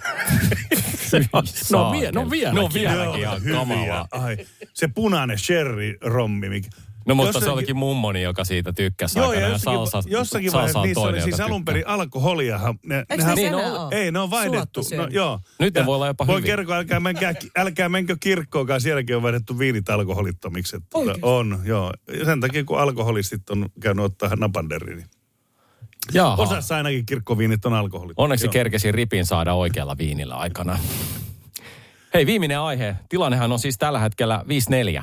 Speaker 6: No, vie, no vieläkin.
Speaker 5: No vieläkin ihan kamalaa.
Speaker 9: Ai, se punainen sherry-rommi, mikä...
Speaker 5: No mutta
Speaker 9: Jossakin-
Speaker 5: se olikin mummoni, joka siitä tykkäsi
Speaker 9: Joo,
Speaker 5: aikana.
Speaker 9: ja
Speaker 5: Ja
Speaker 9: jossakin,
Speaker 5: salsa,
Speaker 9: jossakin
Speaker 5: salsa
Speaker 9: vaiheessa
Speaker 5: on
Speaker 9: niissä
Speaker 5: toinen,
Speaker 9: oli siis
Speaker 5: joka
Speaker 9: alun perin alkoholiahan. Ne,
Speaker 7: Eikö
Speaker 9: nehän-
Speaker 7: ne
Speaker 5: Niin,
Speaker 7: senä
Speaker 5: no,
Speaker 7: ole?
Speaker 9: Ei, ne on vaihdettu.
Speaker 7: Suottu
Speaker 9: No, joo.
Speaker 5: Nyt ne
Speaker 9: Ja
Speaker 5: voi olla jopa
Speaker 9: voin
Speaker 5: hyviä.
Speaker 9: kertoa, älkää menkää, älkää menkö kirkkoonkaan, sielläkin on vaihdettu viinit alkoholittomiksi. Että tuota, on, joo. Ja sen takia, kun alkoholistit on käynyt ottaa napanderiin. Niin
Speaker 5: Jaha.
Speaker 9: osassa ainakin kirkkoviinit on alkoholittomia.
Speaker 5: Onneksi
Speaker 9: Joo.
Speaker 5: kerkesin ripin saada oikealla viinillä aikana. Hei, viimeinen aihe. Tilannehan on siis tällä hetkellä viisi neljä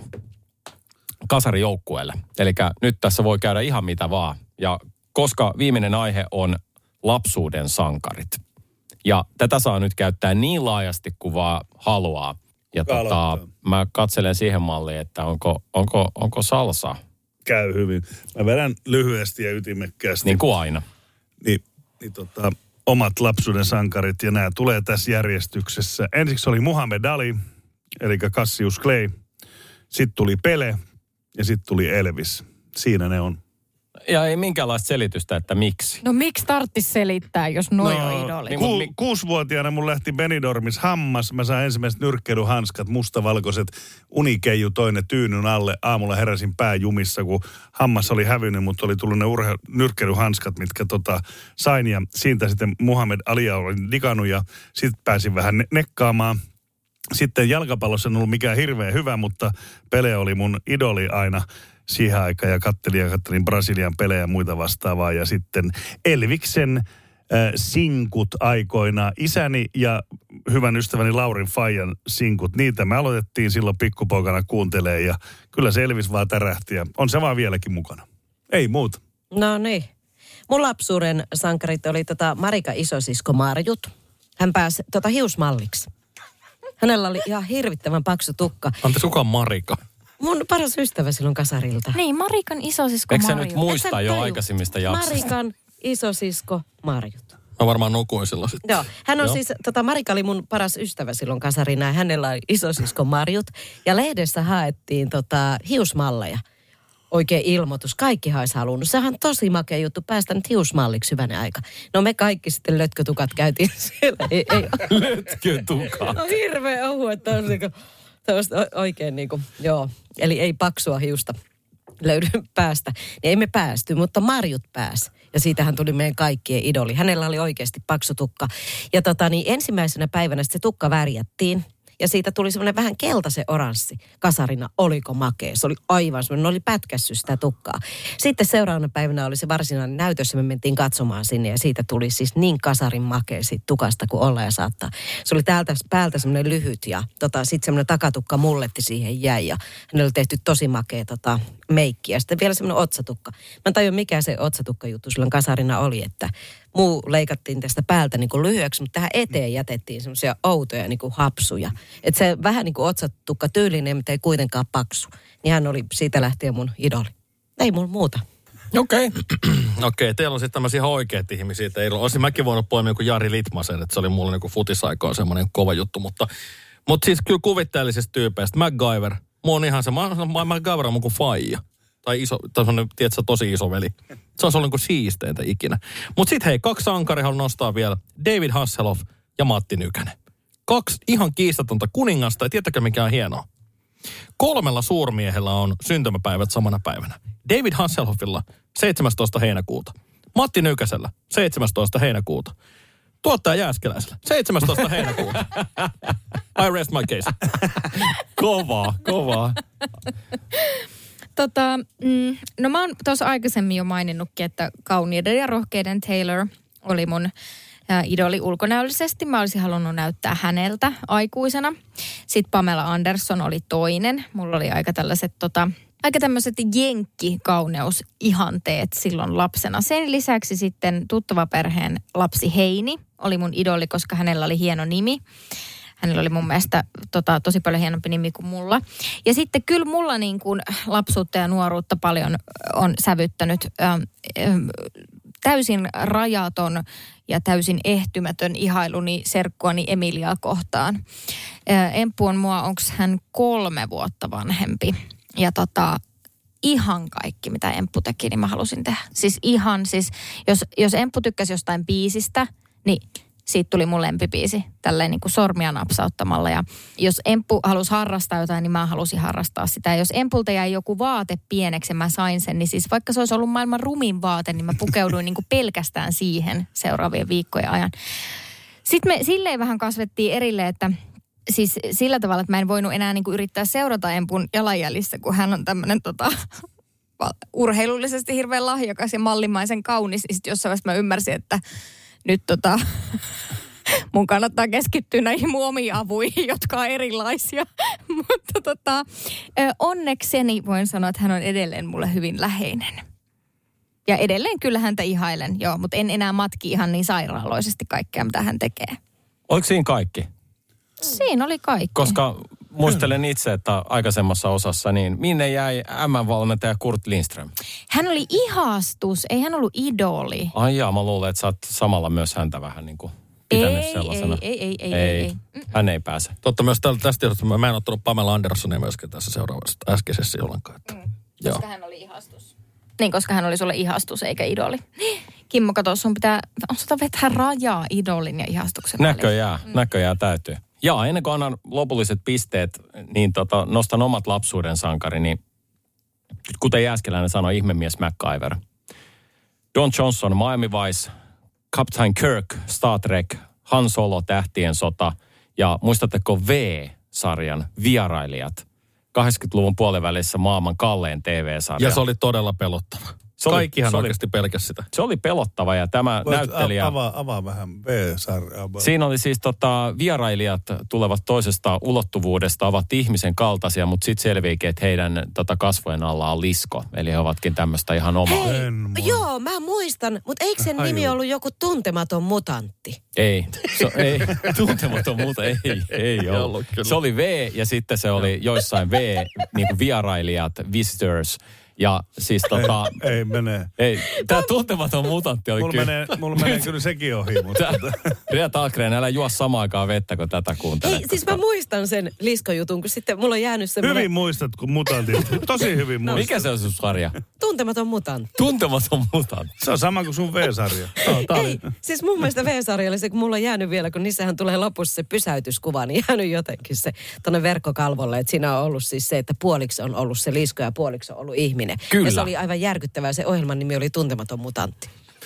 Speaker 5: kasarijoukkueelle. Eli nyt tässä voi käydä ihan mitä vaan. Ja koska viimeinen aihe on lapsuuden sankarit. Ja tätä saa nyt käyttää niin laajasti kuin vaan haluaa. Ja
Speaker 9: Kuka
Speaker 5: tota,
Speaker 9: aloittaa?
Speaker 5: mä katselen siihen malliin, että onko, onko, onko salsa,
Speaker 9: Käy hyvin. Mä vedän lyhyesti ja ytimekkäästi.
Speaker 5: niin kuin aina.
Speaker 9: Niin, niin tota, omat lapsuuden sankarit, ja nämä tulee tässä järjestyksessä. Ensiksi oli Muhammed Ali, eli Cassius Clay. Sitten tuli Pele, ja sitten tuli Elvis. Siinä ne on.
Speaker 5: Ja ei minkäänlaista selitystä, että miksi.
Speaker 8: No miksi tarttis selittää, jos noi on idoli?
Speaker 5: niin-
Speaker 9: ku,
Speaker 5: mi-
Speaker 9: kuusivuotiaana mun lähti Benidormis hammas. Mä sain ensimmäiset nyrkkeilyhanskat, mustavalkoiset, unikeiju toinen tyynyn alle. Aamulla heräsin pääjumissa, kun hammas oli hävinnyt, mutta oli tullut ne urhe- nyrkkeilyhanskat, mitkä tota, sain. Ja siitä sitten Muhammed Alia oli digannut, ja sitten pääsin vähän ne- nekkaamaan. Sitten jalkapallossa en ollut mikään hirveän hyvä, mutta Pele oli mun idoli aina siihen aikaan, ja kattelin ja kattelin Brasilian pelejä ja muita vastaavaa. Ja sitten Elviksen äh, sinkut aikoina, isäni ja hyvän ystäväni Laurin Fajan sinkut, niitä me aloitettiin silloin pikkupoikana kuuntelee, ja kyllä se Elvis vaan tärähti, ja on se vaan vieläkin mukana. Ei muuta.
Speaker 7: No niin. Mun lapsuuden sankarit oli tota Marika isosisko Marjut. Hän pääsi tota hiusmalliksi. Hänellä oli ihan hirvittävän paksu tukka.
Speaker 6: Anteeksi, kuka on Marika?
Speaker 7: Mun paras ystävä silloin kasarilta.
Speaker 8: Niin, Marikan isosisko
Speaker 5: Eikö sä
Speaker 8: Marju.
Speaker 5: nyt muista
Speaker 7: Et sä
Speaker 5: jo
Speaker 7: taju?
Speaker 5: aikaisemmista jaksoista?
Speaker 7: Marikan isosisko Marjut.
Speaker 6: Mä varmaan nukuin silloin sitten.
Speaker 7: Joo, hän on
Speaker 6: Joo.
Speaker 7: siis, tota Marika oli mun paras ystävä silloin kasarina, ja hänellä oli isosisko Marjut. Ja lehdessä haettiin tota hiusmalleja. Oikein ilmoitus. Kaikki olisi halunnut. Sehän on tosi makea juttu päästä nyt hiusmalliksi hyvänen aika. No me kaikki sitten lötkötukat käytiin siellä. Ei, ei.
Speaker 5: Lötkötukat.
Speaker 7: No hirveä ohu, että on niinku, tämmöistä o- oikein niinku, joo. Eli ei paksua hiusta löydy päästä. Niin ei me päästy, mutta Marjut pääsi. Ja siitähän tuli meidän kaikkien idoli. Hänellä oli oikeasti paksu tukka. Ja tota niin, ensimmäisenä päivänä se tukka värjättiin. Ja siitä tuli semmoinen vähän keltaisen oranssi kasarina. Oliko makea? Se oli aivan semmoinen, ne oli pätkässyt sitä tukkaa. Sitten seuraavana päivänä oli se varsinainen näytös, ja me mentiin katsomaan sinne. Ja siitä tuli siis niin kasarin makea siitä tukasta kuin olla ja saattaa. Se oli täältä päältä semmoinen lyhyt, ja tota, sitten semmoinen takatukka mulletti siihen jäi. Ja hänellä oli tehty tosi makea tota, meikki. Ja sitten vielä semmoinen otsatukka. Mä en tajua, mikä se otsatukka-juttu silloin kasarina oli, että muu leikattiin tästä päältä niin kuin lyhyeksi, mutta tähän eteen jätettiin semmoisia outoja niin kuin hapsuja. Että se vähän niin kuin otsatukka tyylinen, mutta ei kuitenkaan paksu. Niin hän oli siitä lähtien mun idoli. Ei mulla muuta.
Speaker 5: Okei. Okay.
Speaker 6: Okei, okay, teillä on sitten tämmöisiä ihan oikeat ihmisiä. Ei ole. Olisin mäkin voinut poimia kuin Jari Litmasen, että se oli mulle niin kuin futisaikoon semmoinen kova juttu. Mutta, mutta siis kyllä kuvitteellisista tyypeistä. MacGyver. Mua on ihan se, mä, mä, MacGyver on mun kuin faija. Tai iso, tai semmoinen, tiedätkö, tosi iso veli. Se on ollut niin kuin siisteintä ikinä. Mutta sitten hei, kaksi sankari haluan nostaa vielä. David Hasselhoff ja Matti Nykänen. Kaksi ihan kiistatonta kuningasta, ja tiedätkö mikä on hienoa? Kolmella suurmiehellä on syntymäpäivät samana päivänä. David Hasselhoffilla seitsemästoista heinäkuuta. Matti Nykäsellä seitsemästoista heinäkuuta. Tuottaja Jääskeläisellä seitsemästoista heinäkuuta. I rest my case.
Speaker 5: Kovaa, kovaa.
Speaker 8: Tota, mm, no mä oon tuossa aikaisemmin jo maininnutkin, että kauniiden ja rohkeiden Taylor oli mun ä, idoli ulkonäöllisesti. Mä olisin halunnut näyttää häneltä aikuisena. Sitten Pamela Anderson oli toinen. Mulla oli aika tällaiset tota, aika tämmöiset jenkkikauneusihanteet silloin lapsena. Sen lisäksi sitten tuttava perheen lapsi Heini oli mun idoli, koska hänellä oli hieno nimi. Hänellä oli mun mielestä tota, tosi paljon hienompi nimi kuin mulla. Ja sitten kyllä mulla niin kuin lapsuutta ja nuoruutta paljon on sävyttänyt ähm, ähm, täysin rajaton ja täysin ehtymätön ihailuni serkkuani Emiliaa kohtaan. Äh, Emppu on mua, onko hän kolme vuotta vanhempi. Ja tota, ihan kaikki, mitä Emppu teki, niin mä halusin tehdä. Siis ihan, siis jos, jos Emppu tykkäsi jostain biisistä, niin siitä tuli mun lempibiisi, tälleen niin kuin sormia napsauttamalla. Ja jos Emppu halusi harrastaa jotain, niin mä halusin harrastaa sitä. Ja jos Empulta jäi joku vaate pieneksi ja mä sain sen, niin siis vaikka se olisi ollut maailman rumin vaate, niin mä pukeuduin niin kuin pelkästään siihen seuraavien viikkojen ajan. Sitten me silleen vähän kasvettiin erille, että siis sillä tavalla, että mä en voinut enää niin kuin yrittää seurata Empun jalanjäljissä, kun hän on tämmöinen tota, urheilullisesti hirveän lahjakas ja mallimaisen kaunis. Niin sitten jossain vaiheessa mä ymmärsin, että nyt tota, mun kannattaa keskittyä näihin mun omiin avuihin, jotka on erilaisia. Mutta tota, onnekseni voin sanoa, että hän on edelleen mulle hyvin läheinen. Ja edelleen kyllä häntä ihailen, joo, mutta en enää matki ihan niin sairaaloisesti kaikkea, mitä hän tekee.
Speaker 5: Oliko siinä kaikki?
Speaker 8: Siinä oli kaikki.
Speaker 5: Koska muistelen itse, että aikaisemmassa osassa, niin minne jäi äm äm-valmentaja Kurt Lindström?
Speaker 8: Hän oli ihastus, ei hän ollut idoli.
Speaker 5: Ai jaa, mä luulen, että sä oot samalla myös häntä vähän niin kuin pitänyt
Speaker 8: ei,
Speaker 5: sellaisena.
Speaker 8: Ei, ei, ei, ei, ei, ei.
Speaker 5: Hän ei pääse.
Speaker 6: Totta myös tästä johdosta, mä en ottanut Pamela Anderssonia myöskään tässä seuraavassa äskeisessä ollenkaan. Että.
Speaker 8: Mm. Koska hän oli ihastus. Niin, koska hän oli sulle ihastus eikä idoli. Kimmo, kato, sun pitää, on sota vetää rajaa idolin ja ihastuksen
Speaker 5: Näköjään, mm. näköjään täytyy. Ja ennen kuin annan lopulliset pisteet, niin tota, nostan omat lapsuuden sankari, niin kuten Jääskeläinen sanoi, ihmemies MacGyver. Don Johnson, Miami Vice, Captain Kirk, Star Trek, Han Solo, Tähtien sota ja muistatteko V-sarjan Vierailijat? kahdeksankymmentäluvun puolivälissä maailman kallein T V-sarja.
Speaker 6: Ja se oli todella pelottava.
Speaker 5: Se oli,
Speaker 6: Kaikkihan
Speaker 5: se
Speaker 6: oikeasti pelkäsi sitä.
Speaker 5: Se oli pelottava ja tämä
Speaker 9: Voit
Speaker 5: näyttelijä...
Speaker 9: Avaa, avaa vähän V-sarjaa.
Speaker 5: Siinä oli siis tota, vierailijat tulevat toisesta ulottuvuudesta, ovat ihmisen kaltaisia, mutta sitten selviikin, että heidän tota, kasvojen alla on lisko. Eli he ovatkin tämmöistä ihan omaa.
Speaker 7: Hei, joo, mä muistan, mutta eikö sen nimi ollut joku tuntematon mutantti?
Speaker 5: Ei, se, ei tuntematon muuta, ei, ei ollut. Se oli V ja sitten se oli joissain V, niin kuin vierailijat, visitors. Ja siis tota...
Speaker 9: Ei, ei mene.
Speaker 5: Ei, tää tuntematon mutantti oli
Speaker 9: mulla
Speaker 5: kyllä...
Speaker 9: Menee, mulla menee kyllä sekin ohi, mutta...
Speaker 5: Ria Talkreen, älä juo samaan aikaan vettä, kun tätä kuuntelet.
Speaker 7: Ei, siis mä muistan sen liskojutun, kun sitten mulla on jäänyt semmoinen...
Speaker 9: Hyvin muistat, kun mutantit. Tosi hyvin muistat.
Speaker 5: Mikä se on sun sarja?
Speaker 7: Tuntematon mutantti.
Speaker 5: Tuntematon mutantti.
Speaker 9: Se on sama kuin sun V-sarja.
Speaker 7: No, ei, siis mun mielestä V-sarja oli se, kun mulla on jäänyt vielä, kun niissähän tulee lopussa se pysäytyskuva, niin jäänyt jotenkin se tonne verkkokalvolle, että siinä on ollut siis se, että puoliksi on ollut se lisko ja puoliksi on ollut ihminen.
Speaker 5: Kyllä.
Speaker 7: Ja se oli aivan järkyttävää. Se ohjelman nimi oli Tuntematon mutantti.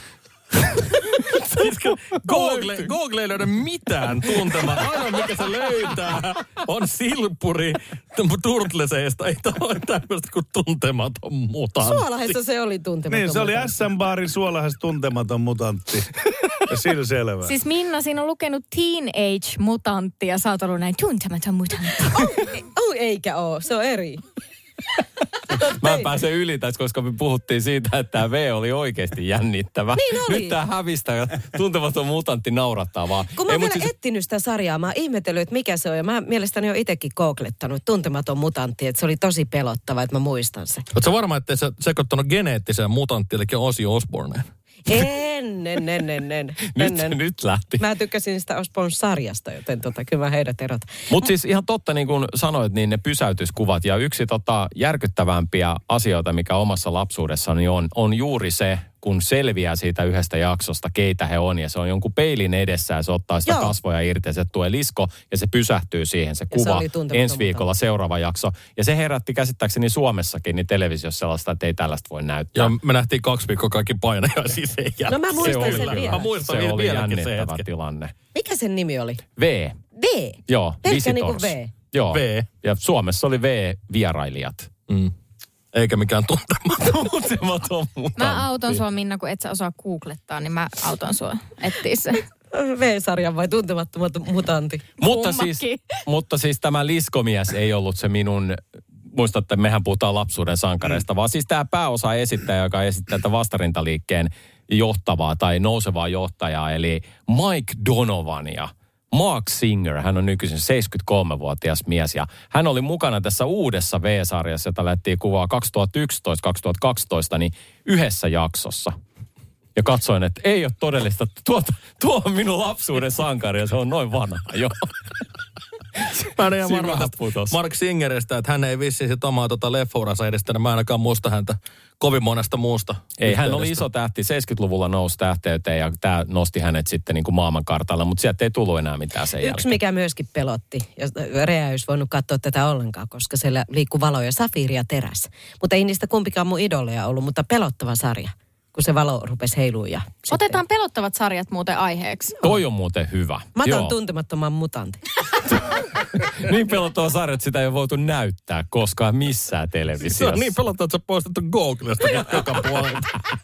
Speaker 6: Google, Google ei löydä mitään tuntemaan. Ainoa mikä se löytää on silppuri turtleseista. Ei tämä ole tämmöistä kuin tuntematon mutantti.
Speaker 7: Suolahdessa se oli tuntematon
Speaker 9: Niin, se oli
Speaker 7: mutantti.
Speaker 9: S M-baarin Suolahdessa tuntematon mutantti. Ja sillä selvä.
Speaker 8: Siis Minna, siinä on lukenut Teenage-mutantti ja sä oot ollut näin tuntematon mutantti.
Speaker 7: Oh, oh, eikä oo, se on eri.
Speaker 5: Mä en pääse yli tässä, koska me puhuttiin siitä, että tämä V oli oikeasti jännittävä.
Speaker 7: Niin oli.
Speaker 5: Nyt tää hävistä ja tuntematon mutantti naurattaa vaan.
Speaker 7: Kun mä
Speaker 5: Ei,
Speaker 7: oon vielä
Speaker 5: siis...
Speaker 7: etsinyt sitä sarjaa, mä oon ihmetellyt, että mikä se on. Ja mä mielestäni oon itsekin googlettanut Tuntematon mutantti, että se oli tosi pelottava, että mä muistan sen.
Speaker 6: Oletko varma, ettei sä sekoittanut geneettiseen mutanttiin, eli Ozzy Osbourneen?
Speaker 7: En, en, en, en, en.
Speaker 5: nyt,
Speaker 7: en.
Speaker 5: nyt lähti.
Speaker 7: Mä tykkäsin sitä Osbourne-sarjasta, joten tota, kyllä mä heidät erotan.
Speaker 5: Mutta siis ihan totta, niin kuin sanoit, niin ne pysäytyskuvat. Ja yksi tota, järkyttävämpiä asioita, mikä omassa lapsuudessani on, on juuri se, kun selviää siitä yhdestä jaksosta, keitä he on. Ja se on jonkun peilin edessä ja se ottaa sitä
Speaker 7: Joo.
Speaker 5: kasvoja irti ja se tulee lisko ja se pysähtyy siihen. Se
Speaker 7: Ja se
Speaker 5: kuva
Speaker 7: oli tuntematon
Speaker 5: ensi viikolla
Speaker 7: mutantti.
Speaker 5: seuraava jakso. Ja se herätti käsittääkseni Suomessakin niin televisiossa sellaista, että ei tällaista voi näyttää.
Speaker 6: Ja me nähtiin kaksi viikkoa kaikki painajaisia siis ei jää.
Speaker 7: No mä muistan
Speaker 5: Se
Speaker 7: sen
Speaker 5: oli
Speaker 7: vielä.
Speaker 5: kyllä.
Speaker 6: Mä muistan
Speaker 5: se
Speaker 6: vielä-
Speaker 5: oli
Speaker 6: vieläkin se
Speaker 5: jännittävä
Speaker 6: hetki.
Speaker 5: tilanne.
Speaker 7: Mikä sen nimi oli?
Speaker 5: V.
Speaker 7: V.
Speaker 5: Joo,
Speaker 7: Pelkkä niinku
Speaker 5: Visitors.
Speaker 7: V.
Speaker 5: Joo.
Speaker 6: V.
Speaker 5: Ja Suomessa oli V-vierailijat.
Speaker 6: Mm. Eikä mikään tuntematon.
Speaker 5: Tuntematon mutantti.
Speaker 8: Mä auton sua, Minna, kun et sä osaa googlettaa, niin mä auton sua etsiä se.
Speaker 7: V-sarjan vai Tuntemattomat mutantti?
Speaker 5: Mutta siis,
Speaker 8: Kummakin.
Speaker 5: mutta siis tämä liskomies ei ollut se minun, muistatte, mehän puhutaan lapsuuden sankareista, mm. vaan siis tämä pääosa esittäjä, joka esittää tätä vastarintaliikkeen johtavaa tai nousevaa johtajaa, eli Mike Donovania. Mark Singer, hän on nykyisin seitsemänkymmentäkolmevuotias mies ja hän oli mukana tässä uudessa V-sarjassa, jota lähtiin kuvaa kaksituhattayksitoista kaksituhattakaksitoista, niin yhdessä jaksossa. Ja katsoin, että ei ole todellista, tuo, tuo on minun lapsuuden sankari ja se on noin vanha jo.
Speaker 6: Mä en ihan varma tästä Mark Singeristä, että hän ei vissiin sit omaa tota leffouransa edestänyt. Mä ainakaan muista häntä kovin monesta muusta.
Speaker 5: Ei, hän oli iso tähti. seitsemänkymmentäluvulla nousi tähteyteen ja tämä nosti hänet sitten niin kuin maailmankartalla, mutta sieltä ei tullut enää mitään sen
Speaker 7: Yksi,
Speaker 5: jälkeen.
Speaker 7: mikä myöskin pelotti, ja Rea ei olisi voinut katsoa tätä ollenkaan, koska siellä liikkuu valoja, Safiiri ja Teräs. Mutta ei niistä kumpikaan mun idoleja ollut, mutta pelottava sarja, kun se valo rupesi heiluun. Ja
Speaker 8: otetaan sitten pelottavat sarjat muuten aiheeksi.
Speaker 5: Toi on muuten hyvä.
Speaker 7: Mä otan tuntemattoman mutantin.
Speaker 5: Niin pelottava sarja, että sitä ei ole voitu näyttää koskaan missään televisiossa.
Speaker 6: Se on niin pelottava, että sä poistettu Googlesta joka puolelta.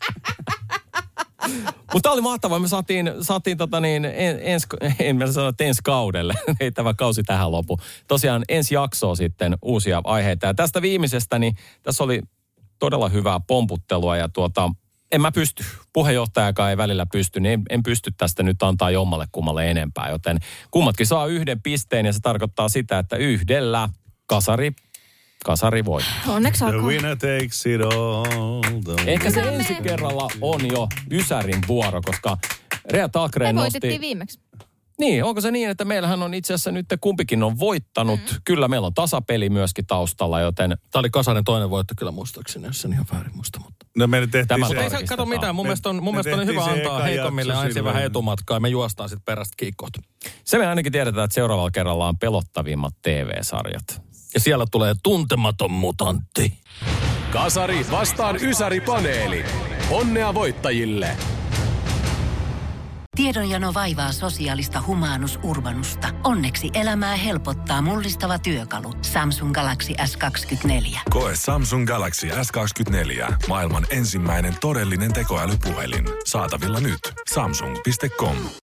Speaker 5: Mutta oli mahtavaa. Me saatiin, saatiin tota niin, en, ens, en mä sano, että ensi kaudelle. Ei tämä kausi tähän lopu. Tosiaan ensi jaksoa sitten uusia aiheita. Ja tästä viimeisestä, niin tässä oli todella hyvää pomputtelua ja tuota... En mä pysty. Puheenjohtajakaan ei välillä pysty, niin en, en pysty tästä nyt antaa jommalle kummalle enempää. Joten kummatkin saa yhden pisteen ja se tarkoittaa sitä, että yhdellä kasari, kasari voi.
Speaker 8: Onneksi
Speaker 9: The
Speaker 8: alkoi.
Speaker 9: winner takes it all.
Speaker 5: Ehkä se ensi kerralla on jo Ysärin vuoro, koska Rea Thalgren
Speaker 8: Me
Speaker 5: nosti...
Speaker 8: voitettiin viimeksi.
Speaker 5: Niin, onko se niin, että meillähän on itse asiassa nyt kumpikin on voittanut. Mm. Kyllä meillä on tasapeli myöskin taustalla, joten...
Speaker 6: Tämä oli Kasanen toinen voitto kyllä muistaakseni, jos en ihan väärin muista. Mutta...
Speaker 9: No me tehtiin
Speaker 5: Tämä
Speaker 9: se.
Speaker 6: Ei saa kato mitään. Mun
Speaker 9: Me-
Speaker 6: mielestä on, mun
Speaker 9: me
Speaker 6: mielestä on hyvä
Speaker 9: tehtiin se
Speaker 6: antaa
Speaker 9: eka
Speaker 6: heikommille
Speaker 9: jakso
Speaker 6: ensin
Speaker 9: silloin.
Speaker 6: vähän etumatkaa ja me juostaan sitten perästä kiikkoot.
Speaker 5: Se me ainakin tiedetään, että seuraavalla kerralla on pelottavimmat T V-sarjat.
Speaker 6: Ja siellä tulee tuntematon mutantti.
Speaker 4: Kasari vastaan Ysäri-paneeli. Onnea voittajille!
Speaker 1: Tiedonjano vaivaa sosiaalista humanus urbanusta. Onneksi elämää helpottaa mullistava työkalu. Samsung Galaxy S kaksikymmentäneljä.
Speaker 2: Koe Samsung Galaxy S kaksikymmentäneljä. Maailman ensimmäinen todellinen tekoälypuhelin. Saatavilla nyt. Samsung piste com.